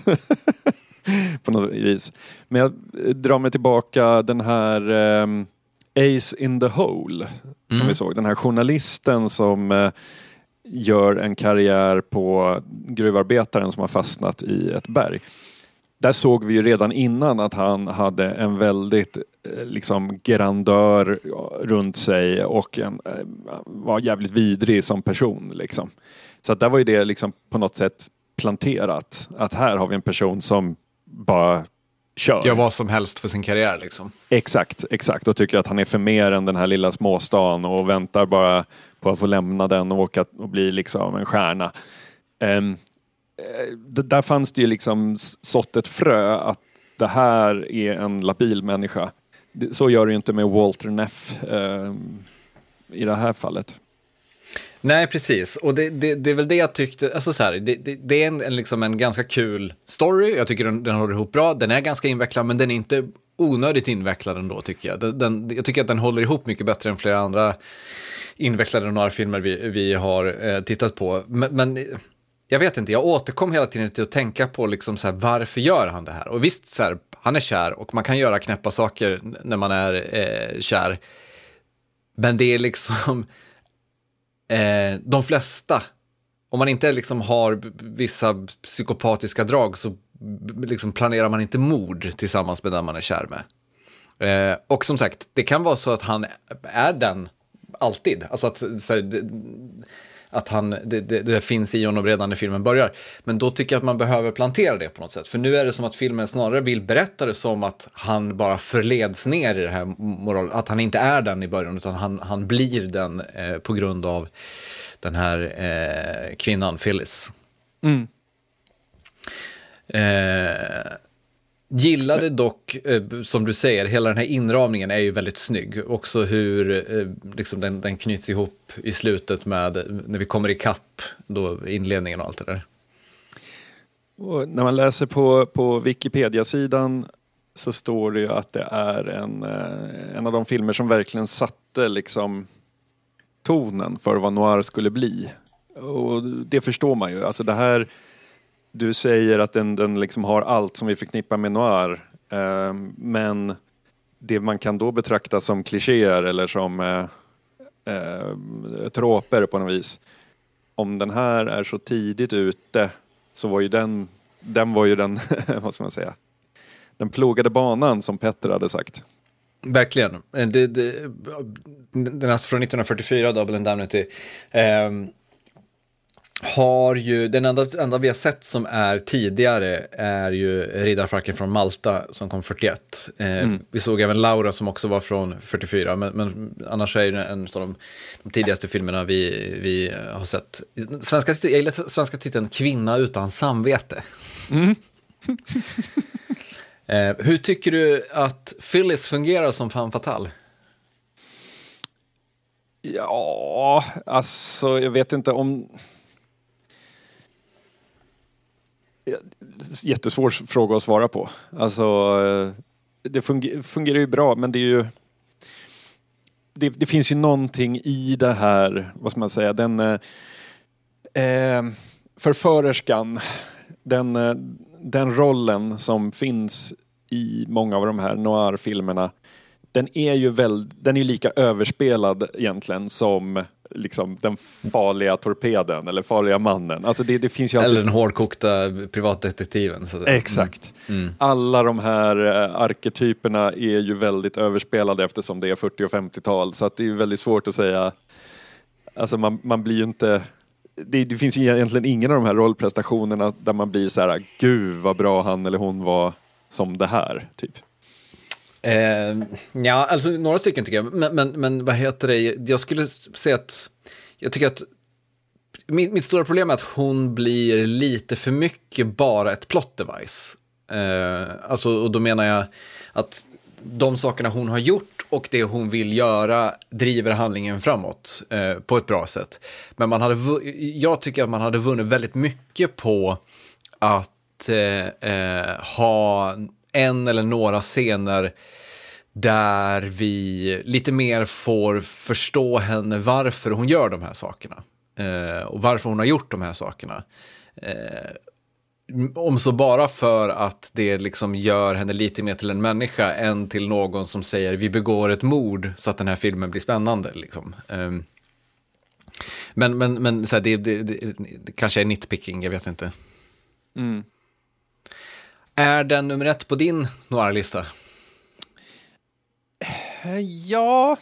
på något vis. Men jag drar mig tillbaka den här eh, Ace in the Hole som mm. vi såg. Den här journalisten som eh, gör en karriär på gruvarbetaren som har fastnat i ett berg. Där såg vi ju redan innan att han hade en väldigt liksom grandör runt sig och en, var jävligt vidrig som person liksom. Så att där var ju det liksom på något sätt planterat att här har vi en person som bara kör. Gör vad som helst för sin karriär liksom. Exakt, exakt. Och tycker att han är för mer än den här lilla småstan och väntar bara på att få lämna den och åka och bli liksom en stjärna. Um, där fanns det ju liksom sått ett frö att det här är en labil människa. Så gör det ju inte med Walter Neff eh, i det här fallet. Nej, precis. Och det, det, det är väl det jag tyckte, alltså så här, det, det, det är en, en, liksom en ganska kul story. Jag tycker den, den håller ihop bra. Den är ganska invecklad, men den är inte onödigt invecklad ändå, tycker jag. Den, den, jag tycker att den håller ihop mycket bättre än flera andra invecklade noir-filmer vi, vi har eh, tittat på. Men... men jag vet inte, jag återkom hela tiden till att tänka på liksom så här, varför gör han det här? Och visst, så här, han är kär och man kan göra knäppa saker när man är eh, kär. Men det är liksom eh, de flesta, om man inte liksom har vissa psykopatiska drag så liksom planerar man inte mord tillsammans med den man är kär med. Eh, och som sagt, det kan vara så att han är den alltid. Alltså att så här, det, att han, det, det, det finns i honom redan när filmen börjar. Men då tycker jag att man behöver plantera det på något sätt. För nu är det som att filmen snarare vill berätta det som att han bara förleds ner i det här moral. Att han inte är den i början utan han, han blir den eh, på grund av den här eh, kvinnan, Phyllis. Mm. Eh, gillade dock, eh, som du säger, hela den här inramningen är ju väldigt snygg. Också hur eh, liksom den, den knyts ihop i slutet med när vi kommer i kapp då inledningen och allt det där. Och när man läser på, på Wikipedia-sidan så står det ju att det är en, eh, en av de filmer som verkligen satte liksom tonen för vad noir skulle bli. Och det förstår man ju. Alltså det här, du säger att den, den liksom har allt som vi förknippar med noir. Eh, men det man kan då betrakta som klichéer eller som eh, eh, troper på något vis. Om den här är så tidigt ute så var ju den, den var ju den, vad ska man säga, den plogade banan som Petter hade sagt. Verkligen. Det, det, den är från nittonhundrafyrtiofyra, Double Indemnity. Eh, har ju, den enda, enda vi har sett som är tidigare är ju Riddarfracken från Malta som kom fyrtioett. Eh, mm. Vi såg även Laura som också var från fyrtiofyra, men, men annars är det en av de, de tidigaste filmerna vi, vi har sett. Svenska, jag gillar svenska titeln Kvinna utan samvete. Mm. eh, hur tycker du att Phyllis fungerar som femme fatale? Ja, alltså jag vet inte om... Jättesvår fråga att svara på. Alltså, det funger- fungerar ju bra, men det är ju... Det, det finns ju någonting i det här, vad ska man säga, den... Eh, förförerskan, den, den rollen som finns i många av de här noir-filmerna, den är ju väl, den är ju lika överspelad egentligen som liksom den farliga torpeden eller farliga mannen. Alltså det, det finns ju alltid... Eller den hårdkokta privatdetektiven. Så Exakt. Mm. Mm. Alla de här arketyperna är ju väldigt överspelade eftersom det är fyrtio- och femtiotal. Så att det är ju väldigt svårt att säga... Alltså man, man blir ju inte... Det, det finns ju egentligen ingen av de här rollprestationerna där man blir så här: gud vad bra han eller hon var som det här, typ. Eh, ja, alltså några stycken tycker jag. Men, men, men vad heter det? Jag skulle säga att jag tycker att mitt, mitt stora problem är att hon blir lite för mycket bara ett plot device. Eh, alltså, och då menar jag att de sakerna hon har gjort och det hon vill göra driver handlingen framåt eh, på ett bra sätt. Men man hade, jag tycker att man hade vunnit väldigt mycket på att eh, eh, ha en eller några scener där vi lite mer får förstå henne varför hon gör de här sakerna. Eh, och varför hon har gjort de här sakerna. Eh, om så bara för att det liksom gör henne lite mer till en människa än till någon som säger vi begår ett mord så att den här filmen blir spännande. Liksom. Eh, men men, men så här, det, det, det, det kanske är nitpicking, jag vet inte. Mm. Är den nummer ett på din noir-lista? Ja,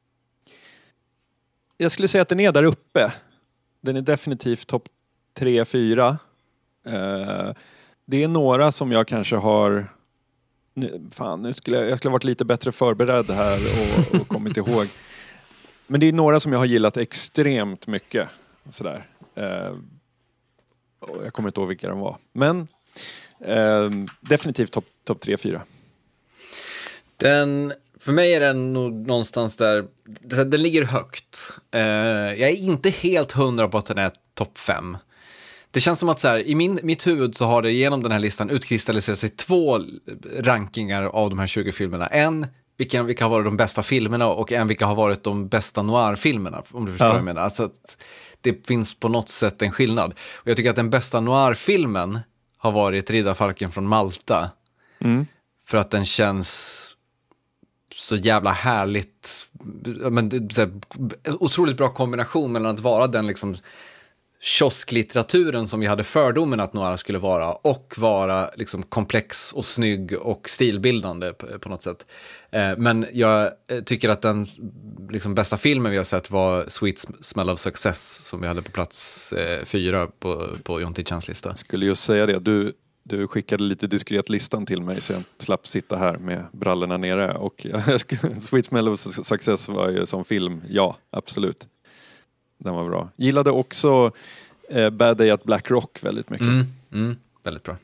jag skulle säga att den är där uppe. Den är definitivt topp tre, fyra. Uh, det är några som jag kanske har... Nu, fan, nu skulle jag, jag skulle ha varit lite bättre förberedd här och, och kommit ihåg. Men det är några som jag har gillat extremt mycket. Sådär. Uh, jag kommer inte ihåg vilka de var. Men uh, definitivt topp top tre, fyra. Den... För mig är den nog någonstans där, den ligger högt. Uh, jag är inte helt hundra på att den är topp fem. Det känns som att så här, i min, mitt huvud så har det genom den här listan utkristalliserat sig två rankingar av de här tjugo filmerna. En, vilka, vilka har varit de bästa filmerna och en, vilka har varit de bästa noir-filmerna, om du förstår ja. vad jag menar. Alltså att det finns på något sätt en skillnad. Och jag tycker att den bästa noir-filmen har varit Riddarfalken från Malta. Mm. För att den känns... så jävla härligt, men så här, otroligt bra kombination mellan att vara den liksom kiosklitteraturen som vi hade fördomen att noir skulle vara och vara liksom komplex och snygg och stilbildande på, på något sätt. Eh, men jag tycker att den liksom bästa filmen vi har sett var Sweet Smell of Success som vi hade på plats eh, fyra på, på John T. Chans lista. Skulle just säga det, du Du skickade lite diskret listan till mig så jag slapp sitta här med brallorna nere. Och Sweet Smell of Success var ju som film, ja, absolut. Den var bra. Gillade också eh, Bad Day at Black Rock väldigt mycket. Mm, mm, väldigt bra.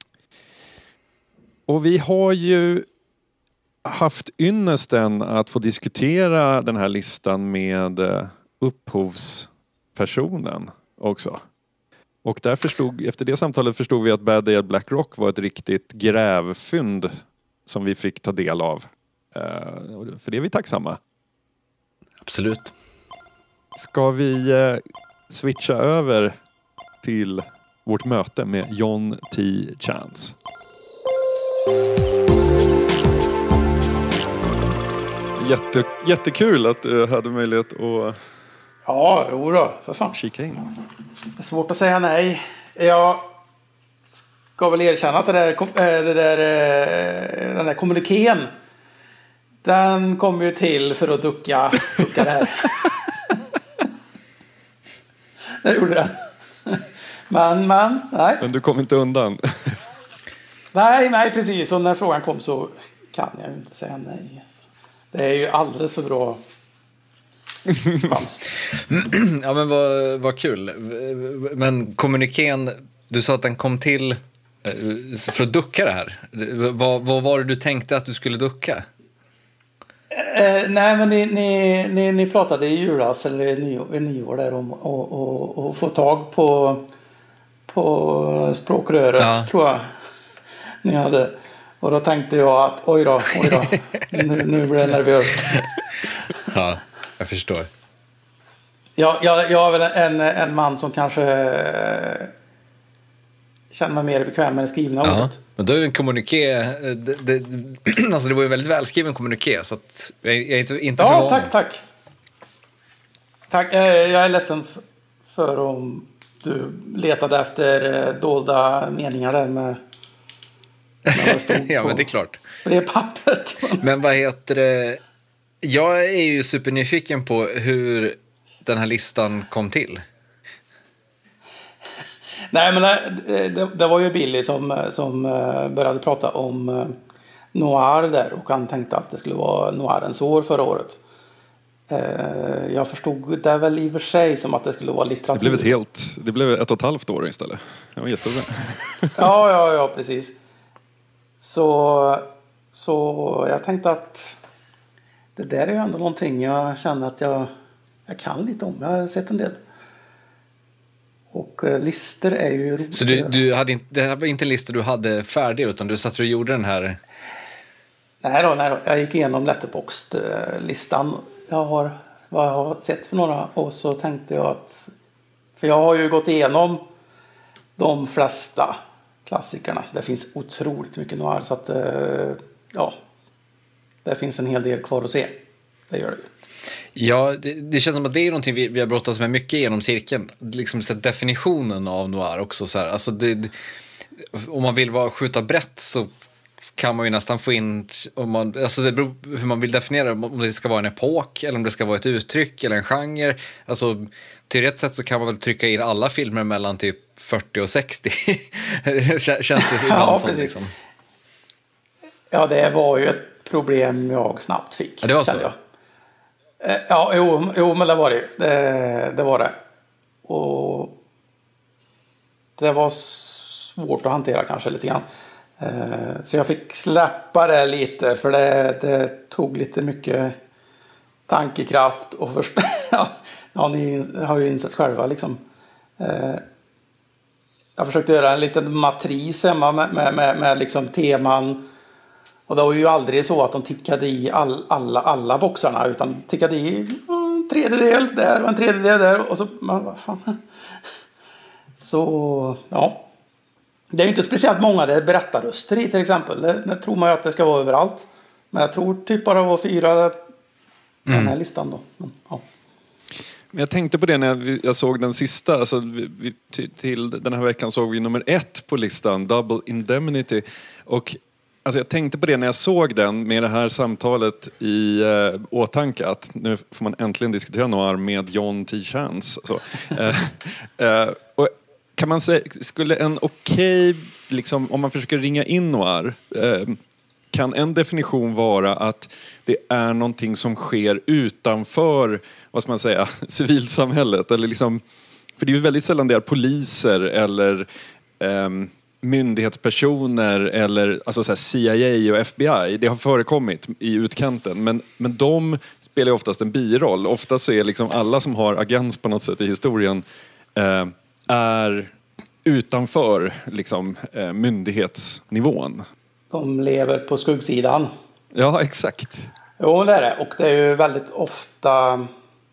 Och vi har ju haft ynnesten att få diskutera den här listan med eh, upphovspersonen också. Och där förstod, efter det samtalet förstod vi att Bad Day at Black Rock var ett riktigt grävfynd som vi fick ta del av. Uh, för det är vi tacksamma. Absolut. Ska vi uh, switcha över till vårt möte med John T. Chance? Jätte, jättekul att du hade möjlighet att... Ja, jo då, för fan. Kika in. Det är svårt att säga nej. Jag ska väl erkänna att det där, det där, den där kommunikén, den kom ju till för att ducka, ducka det här. Det gjorde den. Men, men, nej. Men du kom inte undan. Nej, nej, precis. Och när frågan kom så kan jag inte säga nej. Det är ju alldeles för bra. Ja, men vad, vad kul. Men kommunikén, du sa att den kom till för att ducka det här. Vad, vad var det du tänkte att du skulle ducka? Eh, nej, men ni, ni, ni, ni pratade i julas eller i nyår, i nyår där om och, och, och få tag på, på språkröret, ja. Tror jag ni hade. Och då tänkte jag att oj då, oj då, nu, nu blir det nervöst. Ja. Jag förstår. Jag, jag, jag är väl en, en man som kanske känner mig mer bekväm med det skrivna ja, ordet. Men då är det en kommuniké. Det, det, alltså det var ju en väldigt välskriven kommuniké. Så att jag, jag är inte, inte ja, förvånad. tack, tack. Tack. Jag är ledsen för om du letade efter dolda meningar där med... Ja, men det är klart. Det är pappret. Men vad heter det... Jag är ju supernyfiken på hur den här listan kom till. Nej, men det, det, det var ju Billy som, som började prata om noir där. Och han tänkte att det skulle vara noirens år förra året. Eh, jag förstod det väl i och för sig som att det skulle vara litteratur. Det blev ett helt, det blev ett och ett halvt år istället. Det var jättebra. ja, ja, ja, precis. Så, så jag tänkte att det där är ju ändå någonting jag känner att jag, jag kan lite om. Jag har sett en del. Och uh, lister är ju roligt. Så du, du hade inte, det här var inte listor du hade färdig, utan du satt och gjorde den här? Nej då, nej då. Jag gick igenom Letterboxd-listan. Jag har, vad jag har sett för några, och så tänkte jag att, för jag har ju gått igenom de flesta klassikerna. Det finns otroligt mycket noir, så att uh, ja, det finns en hel del kvar att se. Det gör det. Ja, det, det känns som att det är någonting vi, vi har brottats med mycket genom cirkeln. Liksom så definitionen av noir också. Så här. Alltså det, det, om man vill vara, skjuta brett så kan man ju nästan få in, om man, alltså det beror hur man vill definiera, om det ska vara en epok eller om det ska vara ett uttryck eller en genre. Alltså teoretiskt sett så kan man väl trycka in alla filmer mellan typ fyrtio och sextio. Känns det ibland ja, som liksom. Ja, det var ju ett problem jag snabbt fick. Ja, det var så. Jag. Ja, jo, jo, men det var det. det. Det var det. Och det var svårt att hantera kanske lite grann. Så jag fick släppa det lite, för det, det tog lite mycket tankekraft och först ja, ni har ju insett själva liksom. Jag försökte göra en liten matris hemma med, med, med, med liksom teman. Och det var ju aldrig så att de tickade i all, alla, alla boxarna, utan tickade i en tredjedel där och en tredjedel där. Och så, man, vad fan. Så, ja. Det är ju inte speciellt många det är berättarröster i till exempel. Det, det tror man ju att det ska vara överallt. Men jag tror typ bara det var fyra på mm. den här listan då. Men, ja. Men jag tänkte på det när jag, jag såg den sista. Alltså, vi, vi, till, till den här veckan såg vi nummer ett på listan, Double Indemnity. Och alltså jag tänkte på det när jag såg den med det här samtalet i eh, åtanke, att nu får man äntligen diskutera noir med John T. Chance. Så, eh, eh, och kan man säga, skulle en okej, okay, liksom, om man försöker ringa in noir, eh, kan en definition vara att det är någonting som sker utanför, vad ska man säga, civilsamhället? Eller liksom, för det är ju väldigt sällan det är poliser eller eh, myndighetspersoner eller alltså så här C I A och F B I. Det har förekommit i utkanten, men, men de spelar ju oftast en biroll. Ofta så är liksom alla som har agens på något sätt i historien eh, är utanför liksom, eh, myndighetsnivån. De lever på skuggsidan. Ja, exakt. Jo, det är det. Och det är ju väldigt ofta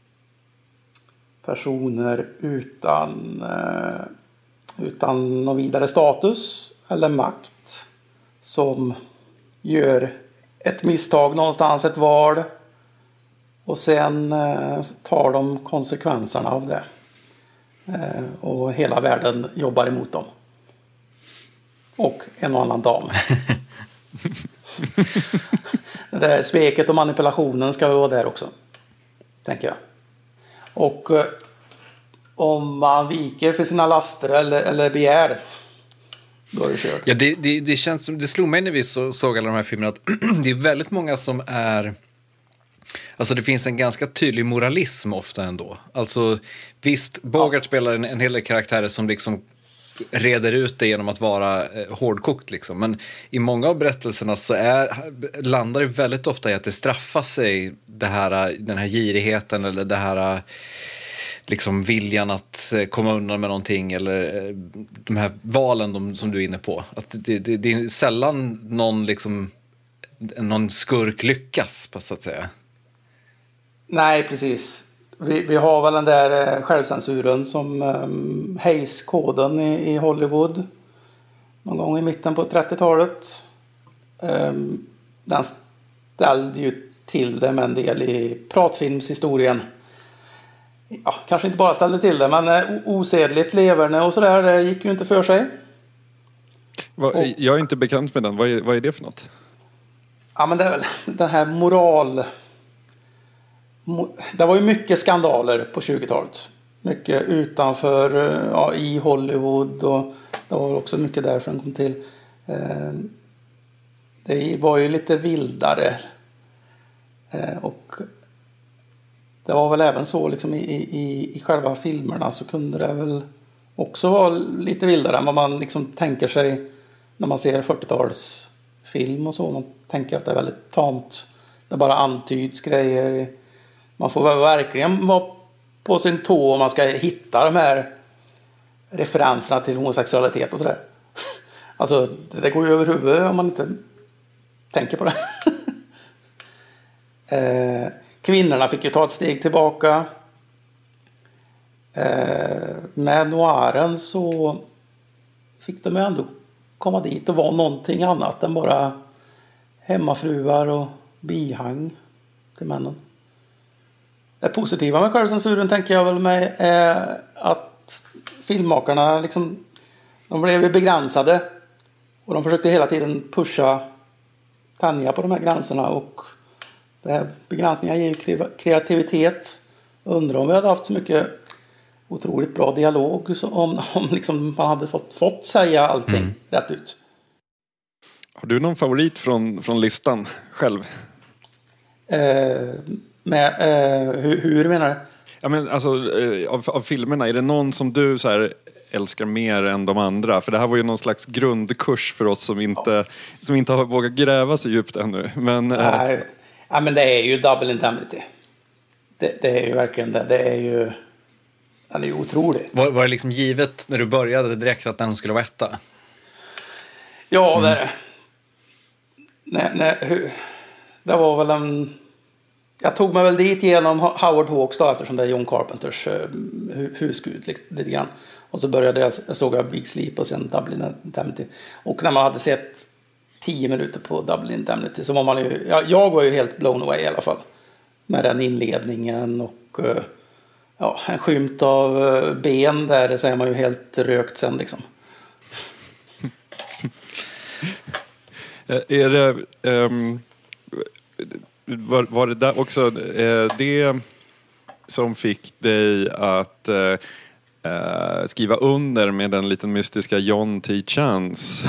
personer utan eh, utan någon vidare status eller makt som gör ett misstag någonstans, ett val, och sen eh, tar de konsekvenserna av det. Eh, och hela världen jobbar emot dem. Och en och annan dam. Det där sveket och manipulationen ska vara där också, tänker jag. Och eh, om man viker för sina laster eller, eller begär, då är det kört. Ja, det, det, det känns som, det slog mig när vi så, såg alla de här filmerna att det är väldigt många som är, alltså det finns en ganska tydlig moralism ofta ändå. Alltså visst, Bogart ja. spelar en, en hel del karaktärer som liksom reder ut det genom att vara eh, hårdkokt liksom. Men i många av berättelserna så är, landar det väldigt ofta i att det straffar sig det här, den här girigheten eller det här liksom viljan att komma undan med någonting eller de här valen de, som du är inne på. Att det, det, det är sällan någon liksom någon skurk lyckas på så att säga. Nej, precis. Vi, vi har väl den där självcensuren som um, Hays-koden i, i Hollywood någon gång i mitten på trettiotalet. Um, den ställde ju till det med en del i pratfilmshistorien. Ja, kanske inte bara ställde till det, men uh, osedligt leverne och sådär, det gick ju inte för sig. Va, och, jag är inte bekant med den. Vad är, vad är det för något? Ja, men det är väl den här moral... Det var ju mycket skandaler på tjugotalet. Mycket utanför, ja, i Hollywood, och det var också mycket därför den kom till. Det var ju lite vildare. Och det var väl även så liksom i, i, i själva filmerna så kunde det väl också vara lite vildare än vad man liksom tänker sig när man ser fyrtiotalsfilm och så. Man tänker att det är väldigt tamt. Det bara antyds grejer. Man får väl verkligen vara på sin tå om man ska hitta de här referenserna till homosexualitet och sådär. Alltså, det går ju över huvudet om man inte tänker på det. eh, kvinnorna fick ju ta ett steg tillbaka. Eh, med noiren så fick de ju ändå komma dit och vara någonting annat än bara hemmafruar och bihang till männen. Det positiva med självcensuren tänker jag väl med är att filmmakarna liksom, de blev ju begränsade och de försökte hela tiden pusha, tänja på de här gränserna, och det här begränsningar ger ju kreativitet. Undrar om vi hade haft så mycket otroligt bra dialog om, om liksom man hade fått, fått säga allting mm. rätt ut. Har du någon favorit från, från listan själv? Eh, med, eh, hur, hur menar du? Ja, men alltså, eh, av, av filmerna, är det någon som du så här älskar mer än de andra? För det här var ju någon slags grundkurs för oss som inte, ja. som inte har vågat gräva så djupt ännu. Men, ja, eh... ja, men det är ju Double Indemnity. Det, det är ju verkligen det. Det är ju, den är ju otrolig. Var, var det liksom givet när du började direkt att den skulle vara etta? Ja, mm. det är det. Nej, nej, hur, det var väl en... Jag tog mig väl dit genom Howard Hawks då, eftersom det är John Carpenters uh, husgud lite, lite grann. Och så började jag, såg jag Big Sleep och sen Double Indemnity. Och när man hade sett tio minuter på Double Indemnity så var man ju... Ja, jag var ju helt blown away i alla fall. Med den inledningen och uh, ja, en skymt av uh, ben där, så är man ju helt rökt sen liksom. Är det... Um... Var, var det där också eh, det som fick dig att eh, skriva under med den liten mystiska John T. Chance?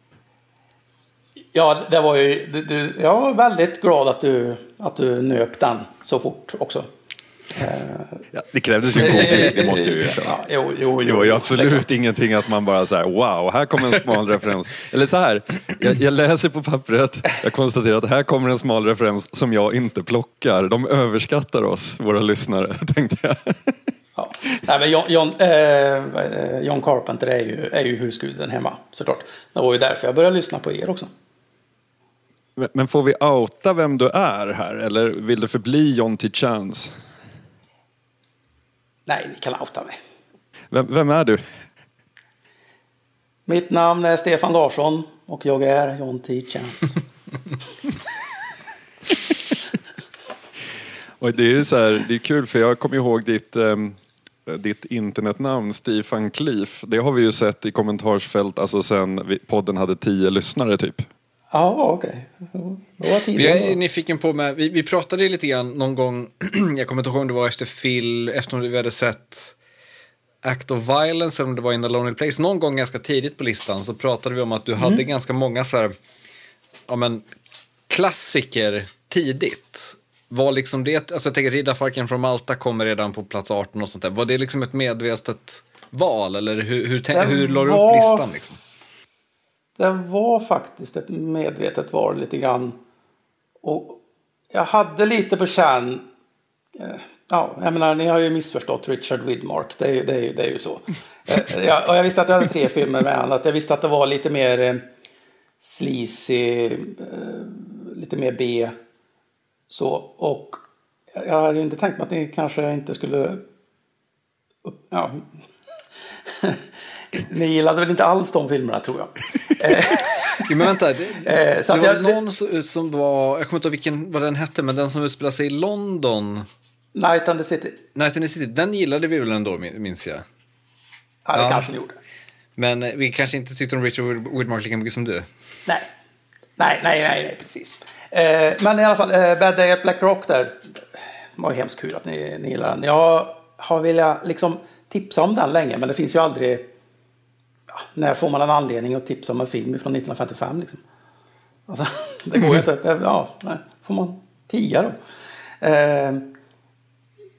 Ja, det var ju du, du, jag var väldigt glad att du att du nöp den så fort också. Ja, det krävdes ju en koppling, det måste jag ju erkänna. Ja, jo, jo, jo, det var ju absolut liksom ingenting att man bara så här: wow, här kommer en smal referens. Eller så här, jag, jag läser på pappret, jag konstaterar att här kommer en smal referens som jag inte plockar. De överskattar oss, våra lyssnare, tänkte jag. Ja. Nej, men John, John, eh, John Carpenter är ju, är ju husguden hemma, såklart. Det var ju därför jag började lyssna på er också. Men, men får vi outa vem du är här? Eller vill du förbli John T. Chance? Nej, ni kan outa mig. Vem, vem är du? Mitt namn är Stefan Larsson och jag är John T. Chance. Och det är ju så här, det är kul för jag kommer ihåg ditt, um, ditt internetnamn Stefan Cliff. Det har vi ju sett i kommentarsfält, alltså sen podden hade tio lyssnare typ. Ja, okej. Okay. Jag är nyfiken på med, vi, vi pratade lite grann någon gång, jag kommer inte ihåg om det var efter Phil, efter vi hade sett Act of Violence eller om det var In a Lonely Place, någon gång ganska tidigt på listan så pratade vi om att du mm. hade ganska många så här, ja men klassiker tidigt. Var liksom det, alltså jag tänker Riddarfalken från Malta kommer redan på plats arton och sånt där. Var det liksom ett medvetet val eller hur, hur, tänk, hur la du upp listan liksom? Det var faktiskt ett medvetet val lite grann. Och jag hade lite på känn. Ja, jag menar, ni har ju missförstått Richard Widmark. Det är ju, det är ju, det är ju så. jag, och jag visste att jag hade tre filmer med honom. Jag visste att det var lite mer eh, sleazy, eh, lite mer B. Så, och jag hade inte tänkt mig att ni kanske inte skulle... Ja... Ni gillade väl inte alls de filmerna, tror jag. Ja, men vänta, det, så det var jag, någon det, som var, jag kommer inte ihåg vilken, vad den hette, men den som utspelar sig i London. Night and the City. Night and the City, den gillade vi väl ändå, minns jag. Ja, det ja. kanske ni gjorde. Men vi kanske inte tyckte om Richard Widmark lika mycket som du. Nej, nej, nej, nej, nej precis. Eh, men i alla fall, eh, Bad Day at Black Rock där, var hemskt kul att ni, ni gillar den. Jag har velat liksom tipsa om den länge, men det finns ju aldrig... Ja, när får man en anledning att tipsa om en film från nittonhundrafemtiofem liksom? Alltså, det går ju inte. Ja, nej, får man tia då. Eh,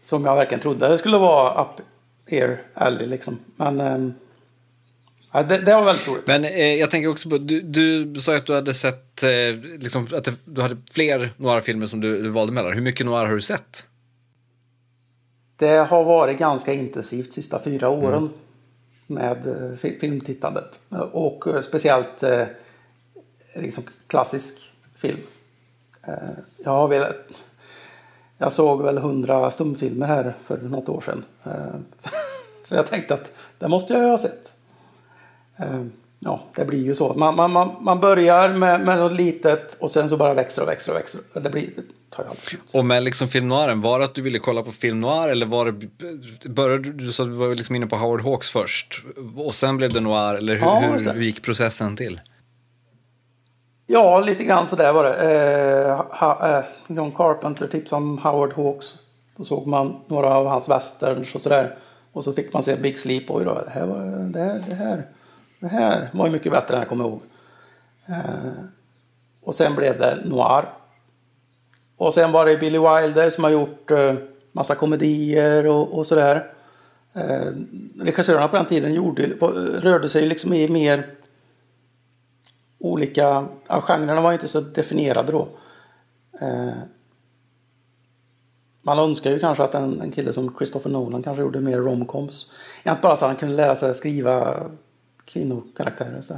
som jag verkligen trodde det skulle vara up here alley liksom. Men eh, ja, det, det var väldigt roligt. Men eh, jag tänker också på, du, du sa att du hade sett eh, liksom, att det, du hade fler noir-filmer som du, du valde mellan. Hur mycket noir har du sett? Det har varit ganska intensivt sista fyra åren mm. med eh, filmtittandet. Och eh, speciellt eh, liksom klassisk film. Eh, jag har velat... Jag såg väl hundra stumfilmer här för något år sedan. Eh, för jag tänkte att det måste jag ju ha sett. Eh, ja, det blir ju så. Man, man, man, man börjar med, med något litet och sen så bara växer och växer och växer. Det, blir, det tar ju alltid slut. Och med liksom film noiren, var det att du ville kolla på film noir eller var det, började du, så du var liksom inne på Howard Hawks först och sen blev det noir, eller hur, ja, hur, hur gick processen till? Ja, lite grann så där var det. Eh, ha, eh, John Carpenter tipsade om Howard Hawks. Då såg man några av hans westerns och sådär. Och så fick man se Big Sleep. Och då, det, här var, det, här, det, här, det här var ju mycket bättre än jag kommer ihåg. Eh, och sen blev det noir. Och sen var det Billy Wilder som har gjort eh, massa komedier och, och sådär. Eh, regissörerna på den tiden gjorde, rörde sig liksom i mer... olika, ja, genrerna var inte så definierade då. Eh, man önskar ju kanske att en, en kille som Christopher Nolan kanske gjorde mer romcoms. Inte bara så att han kunde lära sig att skriva kvinnokaraktärer. Så.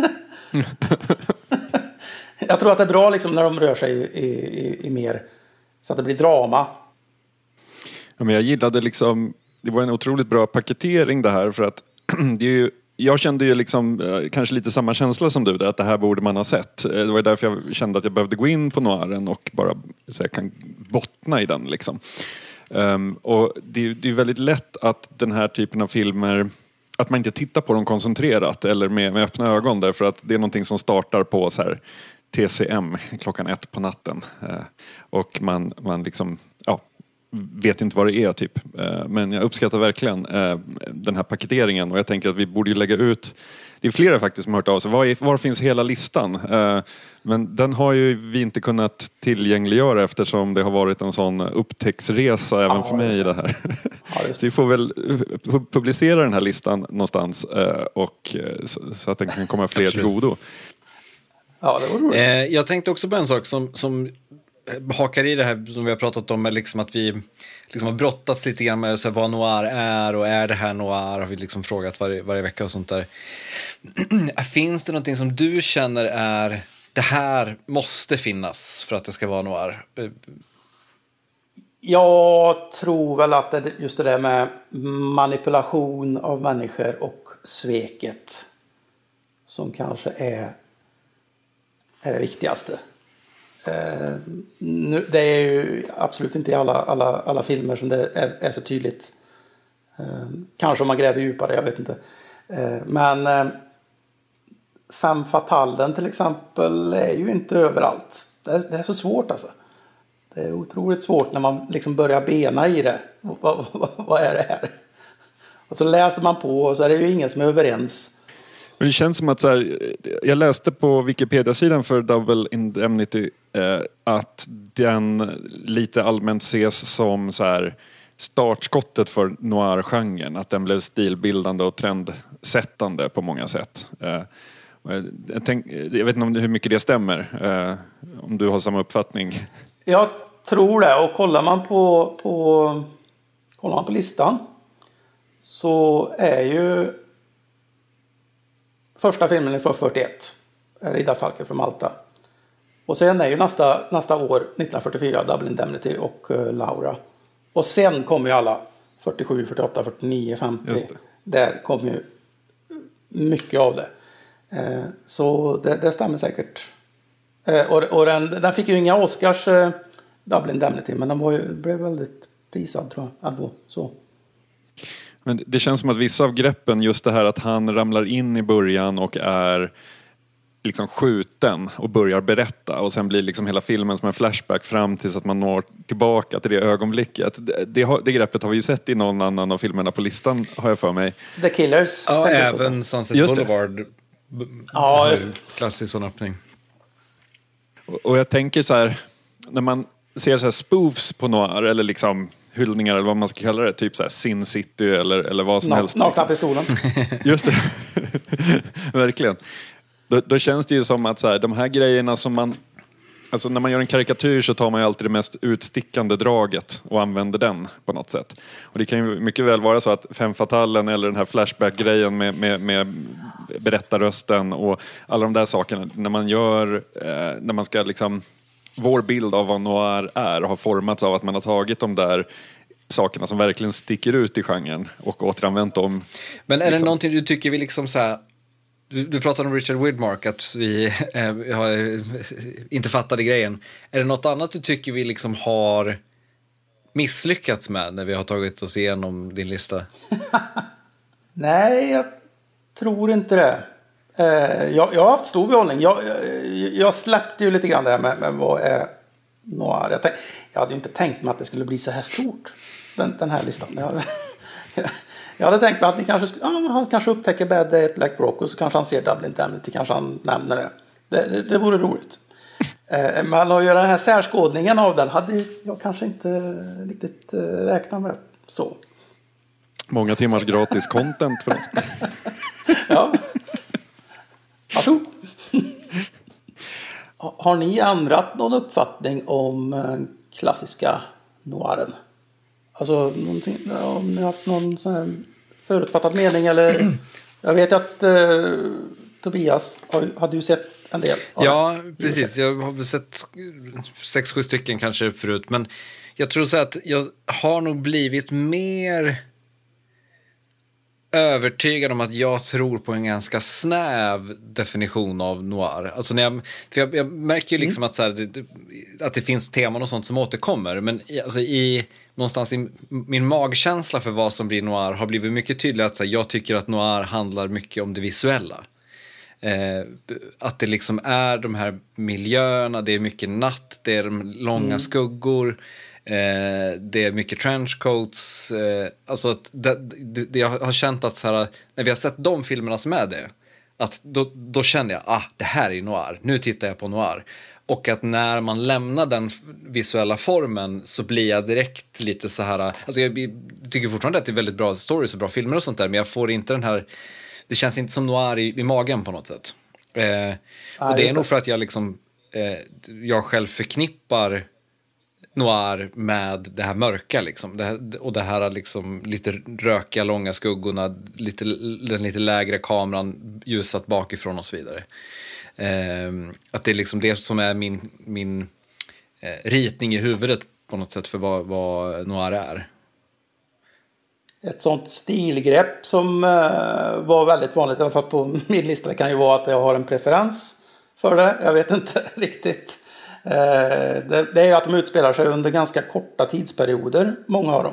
Jag tror att det är bra liksom, när de rör sig i, i, i mer så att det blir drama. Ja, men jag gillade liksom, det var en otroligt bra paketering det här, för att det är ju, jag kände ju liksom kanske lite samma känsla som du där, att det här borde man ha sett. Det var därför jag kände att jag behövde gå in på noiren och bara så jag kan bottna i den liksom. Um, och det, det är väldigt lätt att den här typen av filmer, att man inte tittar på dem koncentrerat eller med, med öppna ögon, därför att det är någonting som startar på så här T C M klockan ett på natten. Uh, och man, man liksom, ja, vet inte vad det är typ. Men jag uppskattar verkligen den här paketeringen, och jag tänker att vi borde ju lägga ut, det är flera faktiskt som har hört av sig, var, är, var finns hela listan? Men den har ju vi inte kunnat tillgängliggöra eftersom det har varit en sån upptäcktsresa även ja, för mig i det här. Ja, så vi får väl publicera den här listan någonstans och så att den kan komma fler till godo. Ja, det var roligt. Jag tänkte också på en sak som, som hakar i det här som vi har pratat om, liksom att vi liksom har brottats lite grann med så här, vad noir är, och är det här noir, har vi liksom frågat varje, varje vecka och sånt där. Finns det någonting som du känner är det här måste finnas för att det ska vara noir? Jag tror väl att det, just det där med manipulation av människor och sveket som kanske är, är det viktigaste. Uh, nu, det är ju absolut inte i alla, alla, alla filmer som det är, är så tydligt. Uh, kanske om man gräver djupare, jag vet inte. Uh, men uh, Femme Fatalen till exempel är ju inte överallt. Det är, det är så svårt alltså. Det är otroligt svårt när man liksom börjar bena i det. Vad, vad, vad är det här? Och så läser man på och så är det ju ingen som är överens. Men det känns som att så här, jag läste på Wikipedia-sidan för Double Indemnity eh, att den lite allmänt ses som så här startskottet för noir-genren. Att den blev stilbildande och trendsättande på många sätt. Eh, jag, tänk, jag vet inte om hur mycket det stämmer, eh, om du har samma uppfattning. Jag tror det, och kollar man på, på, kollar man på listan så är ju första filmen är från fyrtioett, Riddarfalken från Malta. Och sen är ju nästa, nästa år, nittonhundrafyrtiofyra, Double Indemnity och uh, Laura. Och sen kommer ju alla fyrtiosju, fyrtioåtta, fyrtionio, femtio. Där kommer ju mycket av det. Eh, så det, det stämmer säkert. Eh, och och den, den fick ju inga Oscars, eh, Double Indemnity, men den var ju, blev väldigt prisad tror jag. Ändå, så. Men det känns som att vissa av greppen, just det här att han ramlar in i början och är liksom skjuten och börjar berätta, och sen blir liksom hela filmen som en flashback fram tills att man når tillbaka till det ögonblicket. Det, det, har, det greppet har vi ju sett i någon annan av filmerna på listan, har jag för mig. The Killers. Ja, även Sunset just Boulevard. Ja, just klassisk sån öppning. Och, och jag tänker så här, när man ser så här spoofs på noir, eller liksom hyllningar eller vad man ska kalla det, typ så här Sin City eller, eller vad som Nå, helst. Nakna pistolen. Just det, verkligen. Då, då känns det ju som att så här, de här grejerna som man, alltså när man gör en karikatyr så tar man ju alltid det mest utstickande draget och använder den på något sätt. Och det kan ju mycket väl vara så att Femme Fatalen eller den här flashback-grejen med, med, med berättarrösten och alla de där sakerna, när man gör, eh, när man ska liksom, vår bild av vad noir är har formats av att man har tagit de där sakerna som verkligen sticker ut i genren och återanvänt dem. Men är liksom. Det någonting du tycker vi liksom så här, du, du pratade om Richard Widmark, att vi eh, har inte fattade grejen. Är det något annat du tycker vi liksom har misslyckats med när vi har tagit oss igenom din lista? Nej, jag tror inte det. Eh, jag, jag har haft stor behållning. Jag, jag, jag släppte ju lite grann det här med, med vad är noir. Jag, tänk, jag hade ju inte tänkt mig att det skulle bli så här stort, den, den här listan. Jag, jag hade tänkt mig att ni kanske, ja, han kanske upptäcker Bad Day at Black Rock och så kanske han ser Dublin Indemnity, kanske han nämner det. Det, det, det vore roligt. Eh, men att göra den här särskådningen av den hade jag kanske inte riktigt eh, räknat med så. Många timmars gratis content för oss. Ja. Varsågod. Har ni ändrat någon uppfattning om klassiska noiren? Alltså någonting, om ni har haft någon sån här förutfattad mening eller jag vet att eh, Tobias har, hade ju sett en del. Ja, precis. Jag har sett sex, sju stycken kanske förut, men jag tror så att jag har nog blivit mer övertygad om att jag tror på en ganska snäv definition av noir. Alltså när jag, för jag, jag märker ju liksom mm. att, så här, det, att det finns teman och sånt som återkommer. Men i, alltså i, någonstans i min magkänsla för vad som blir noir har blivit mycket tydligare att så här, jag tycker att noir handlar mycket om det visuella. Eh, att det liksom är de här miljöerna, det är mycket natt, det är de långa mm. skuggor. Eh, det är mycket trenchcoats, eh, alltså att det, det, det, jag har känt att så här, när vi har sett de filmerna som är det, att då, då känner jag, ah, det här är noir, nu tittar jag på noir. Och att när man lämnar den visuella formen så blir jag direkt lite så här, alltså jag tycker fortfarande att det är väldigt bra stories och bra filmer och sånt där, men jag får inte den här, det känns inte som noir i, i magen på något sätt. Eh, ah, och det är nog för att jag liksom, eh, jag själv förknippar noir med det här mörka liksom. Det här, och det här liksom lite rökiga långa skuggorna, lite, den lite lägre kameran ljusat bakifrån och så vidare. Eh, att det är liksom det som är min, min eh, ritning i huvudet på något sätt för vad, vad noir är. Ett sånt stilgrepp som eh, var väldigt vanligt i alla fall på min lista kan ju vara att jag har en preferens för det. Jag vet inte riktigt. Det, det är att de utspelar sig under ganska korta tidsperioder, många av dem.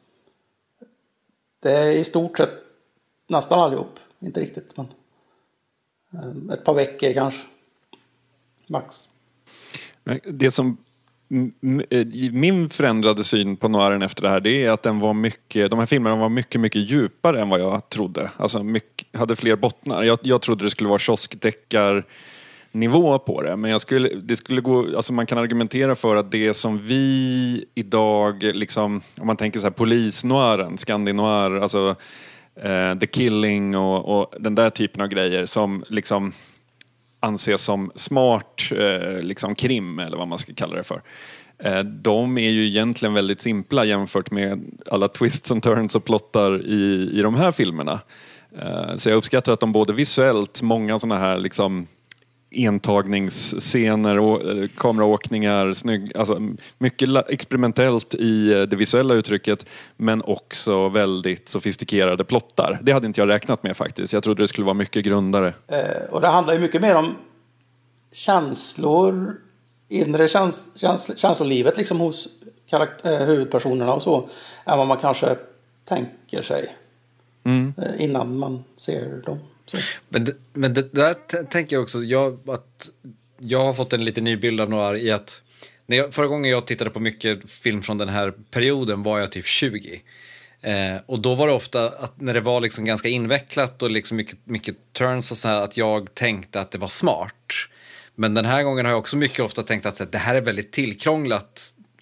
Det är i stort sett nästan allihop, inte riktigt, men ett par veckor kanske, max. Det som min förändrade syn på noiren efter det här, det är att den var mycket, de här filmerna var mycket, mycket djupare än vad jag trodde. Alltså mycket, hade fler bottnar. Jag, jag trodde det skulle vara kioskdeckar nivå på det, men jag skulle, det skulle gå, alltså man kan argumentera för att det som vi idag liksom, om man tänker så här polisnoiren, skandinoir, alltså eh, The Killing och, och den där typen av grejer som liksom anses som smart eh, liksom krim eller vad man ska kalla det för. Eh, de är ju egentligen väldigt simpla jämfört med alla twists and turns och plottar i, i de här filmerna. Eh, så jag uppskattar att de både visuellt, många såna här liksom entagningsscener och kameraåkningar, snygg, alltså mycket experimentellt i det visuella uttrycket, men också väldigt sofistikerade plottar. Det hade inte jag räknat med faktiskt. Jag trodde det skulle vara mycket grundare. Eh, och det handlar ju mycket mer om känslor, inre käns, käns, känslolivet liksom hos karaktär, eh, huvudpersonerna och så, än vad man kanske tänker sig mm. eh, innan man ser dem. Så. Men, det, men det där t- tänker jag också jag, att jag har fått en lite ny bild av noir i att när jag, förra gången jag tittade på mycket film från den här perioden var jag typ tjugo. Eh, och då var det ofta att när det var liksom ganska invecklat och liksom mycket, mycket turns och så här, att jag tänkte att det var smart. Men den här gången har jag också mycket ofta tänkt att så här, det här är väldigt tillkrånglat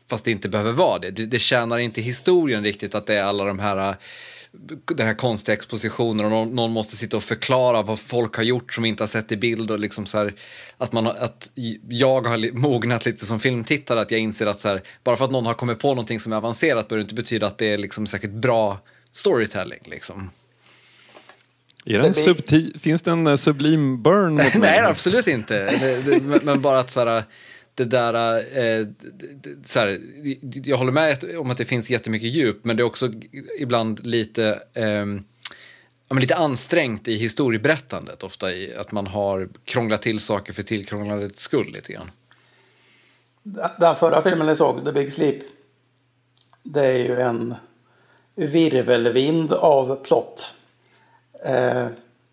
fast det inte behöver vara det. Det, det tjänar inte historien riktigt att det är alla de här den här konstiga expositionen och någon, någon måste sitta och förklara vad folk har gjort som inte har sett i bild och liksom så här, att, man, att jag har mognat lite som filmtittare, att jag inser att så här, bara för att någon har kommit på någonting som är avancerat behöver det inte betyda att det är liksom säkert bra storytelling liksom. Är det en subtil, finns det en sublim burn mot mig? Nej, absolut inte. Det, det, men bara att så här, det där, eh, så här, jag håller med om att det finns jättemycket djup, men det är också ibland lite, eh, ja, men lite ansträngt i historieberättandet, ofta i att man har krånglat till saker för tillkrånglandets skull lite grann. Den förra filmen jag såg, The Big Sleep, det är ju en virvelvind av plott. Eh,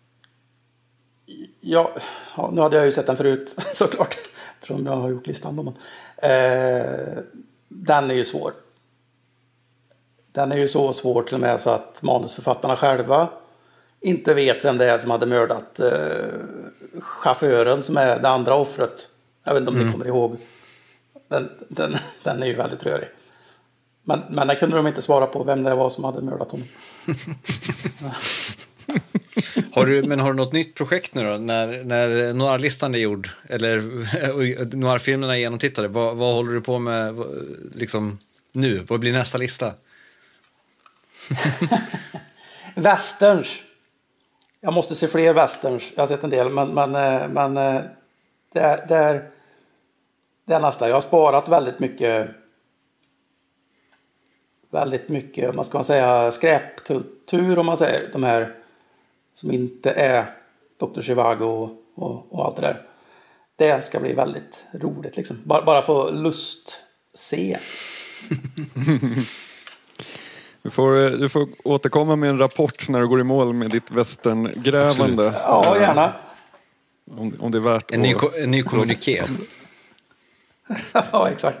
ja, ja, nu hade jag ju sett den förut såklart, eftersom jag har gjort listan då, men, eh, den är ju svår. Den är ju så svår till och med så att manusförfattarna själva inte vet vem det är som hade mördat eh, chauffören som är det andra offret. Jag vet inte om mm. ni kommer ihåg. Den, den, den är ju väldigt rörig. Men, men där kunde de inte svara på vem det var som hade mördat honom. Har du, men har du något nytt projekt nu då? När, när noir-listan är gjord, eller noir-filmerna är genomtittade, vad, vad håller du på med liksom, nu? Vad blir nästa lista? Westerns. Jag måste se fler westerns. Jag har sett en del, men, men, men det, är, det, är, det är nästa. Jag har sparat väldigt mycket väldigt mycket, vad ska man säga, skräpkultur, om man säger, de här som inte är doktor Zhivago och, och, och allt det där. Det ska bli väldigt roligt liksom. Bara, bara få lust se. Du får, du får återkomma med en rapport när du går i mål med ditt västerngrävande. Absolut. Ja, gärna. Om, om det är värt en ny, en ny kommuniké. Ja, exakt.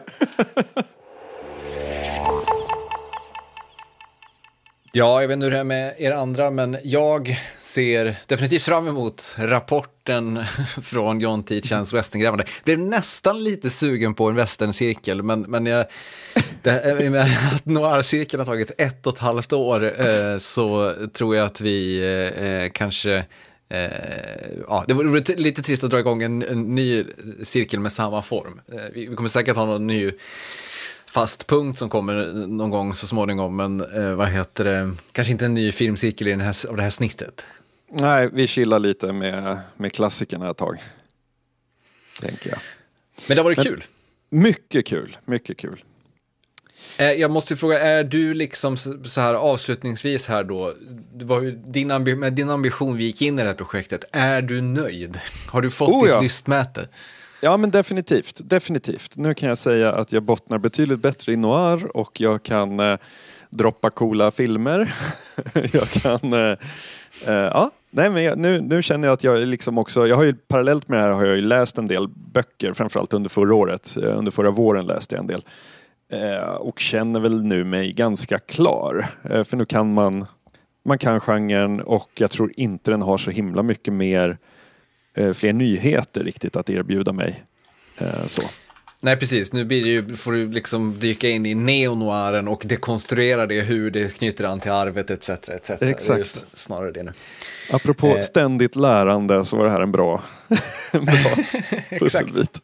Ja, jag vet inte hur det är med er andra, men jag ser definitivt fram emot rapporten från John T. Chans västerngrävande. Blev nästan lite sugen på en västerncirkel, men, men jag, det, med att noir-cirkeln har tagit ett och ett halvt år eh, så tror jag att vi eh, kanske... Eh, ja, det vore lite trist att dra igång en, en ny cirkel med samma form. Eh, vi, vi kommer säkert ha någon ny fast punkt som kommer någon gång så småningom, men eh, vad heter det? Kanske inte en ny filmcirkel i den här, av det här snittet. Nej, vi chillar lite med, med klassikerna ett tag, tänker jag. Men det har varit men, kul. Mycket kul, mycket kul. Eh, jag måste fråga, är du liksom så här avslutningsvis här då, det var ju din, ambi- med din ambition vi gick in i det här projektet, är du nöjd? Har du fått oh, ditt ja. lystmäte? Ja, men definitivt, definitivt. Nu kan jag säga att jag bottnar betydligt bättre i noir och jag kan eh, droppa coola filmer. jag kan, eh, eh, ja, nej men jag, nu, nu känner jag att jag liksom också, jag har ju parallellt med det här har jag ju läst en del böcker, framförallt under förra året, eh, under förra våren läste jag en del. Eh, och känner väl nu mig ganska klar. Eh, för nu kan man, man kan genren och jag tror inte den har så himla mycket mer fler nyheter riktigt att erbjuda mig. Eh, så. Nej, precis. Nu blir det ju, får du liksom dyka in i neonoiren och dekonstruera det, hur det knyter an till arvet, et cetera, et cetera. Exakt. Det är just snarare det nu. Apropå eh. ständigt lärande så var det här en bra, en bra pusselbit.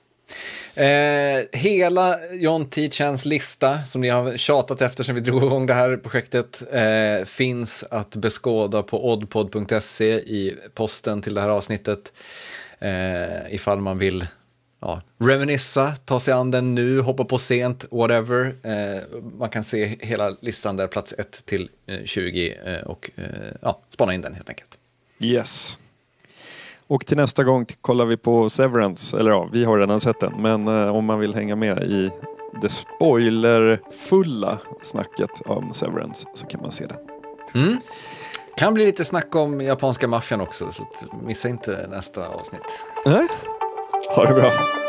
Eh, hela John T. Chans lista som ni har tjatat efter sedan vi drog igång det här projektet eh, finns att beskåda på oddpod punkt se i posten till det här avsnittet eh, ifall man vill ja, reminissa, ta sig an den nu, hoppa på sent, whatever. Eh, man kan se hela listan där, plats ett till tjugo eh, och eh, ja, spana in den helt enkelt. Yes. Och till nästa gång kollar vi på Severance, eller ja, vi har redan sett den, men eh, om man vill hänga med i det spoilerfulla snacket om Severance så kan man se det. Mm. Kan bli lite snack om japanska maffian också, så missa inte nästa avsnitt. Nej, ha det bra.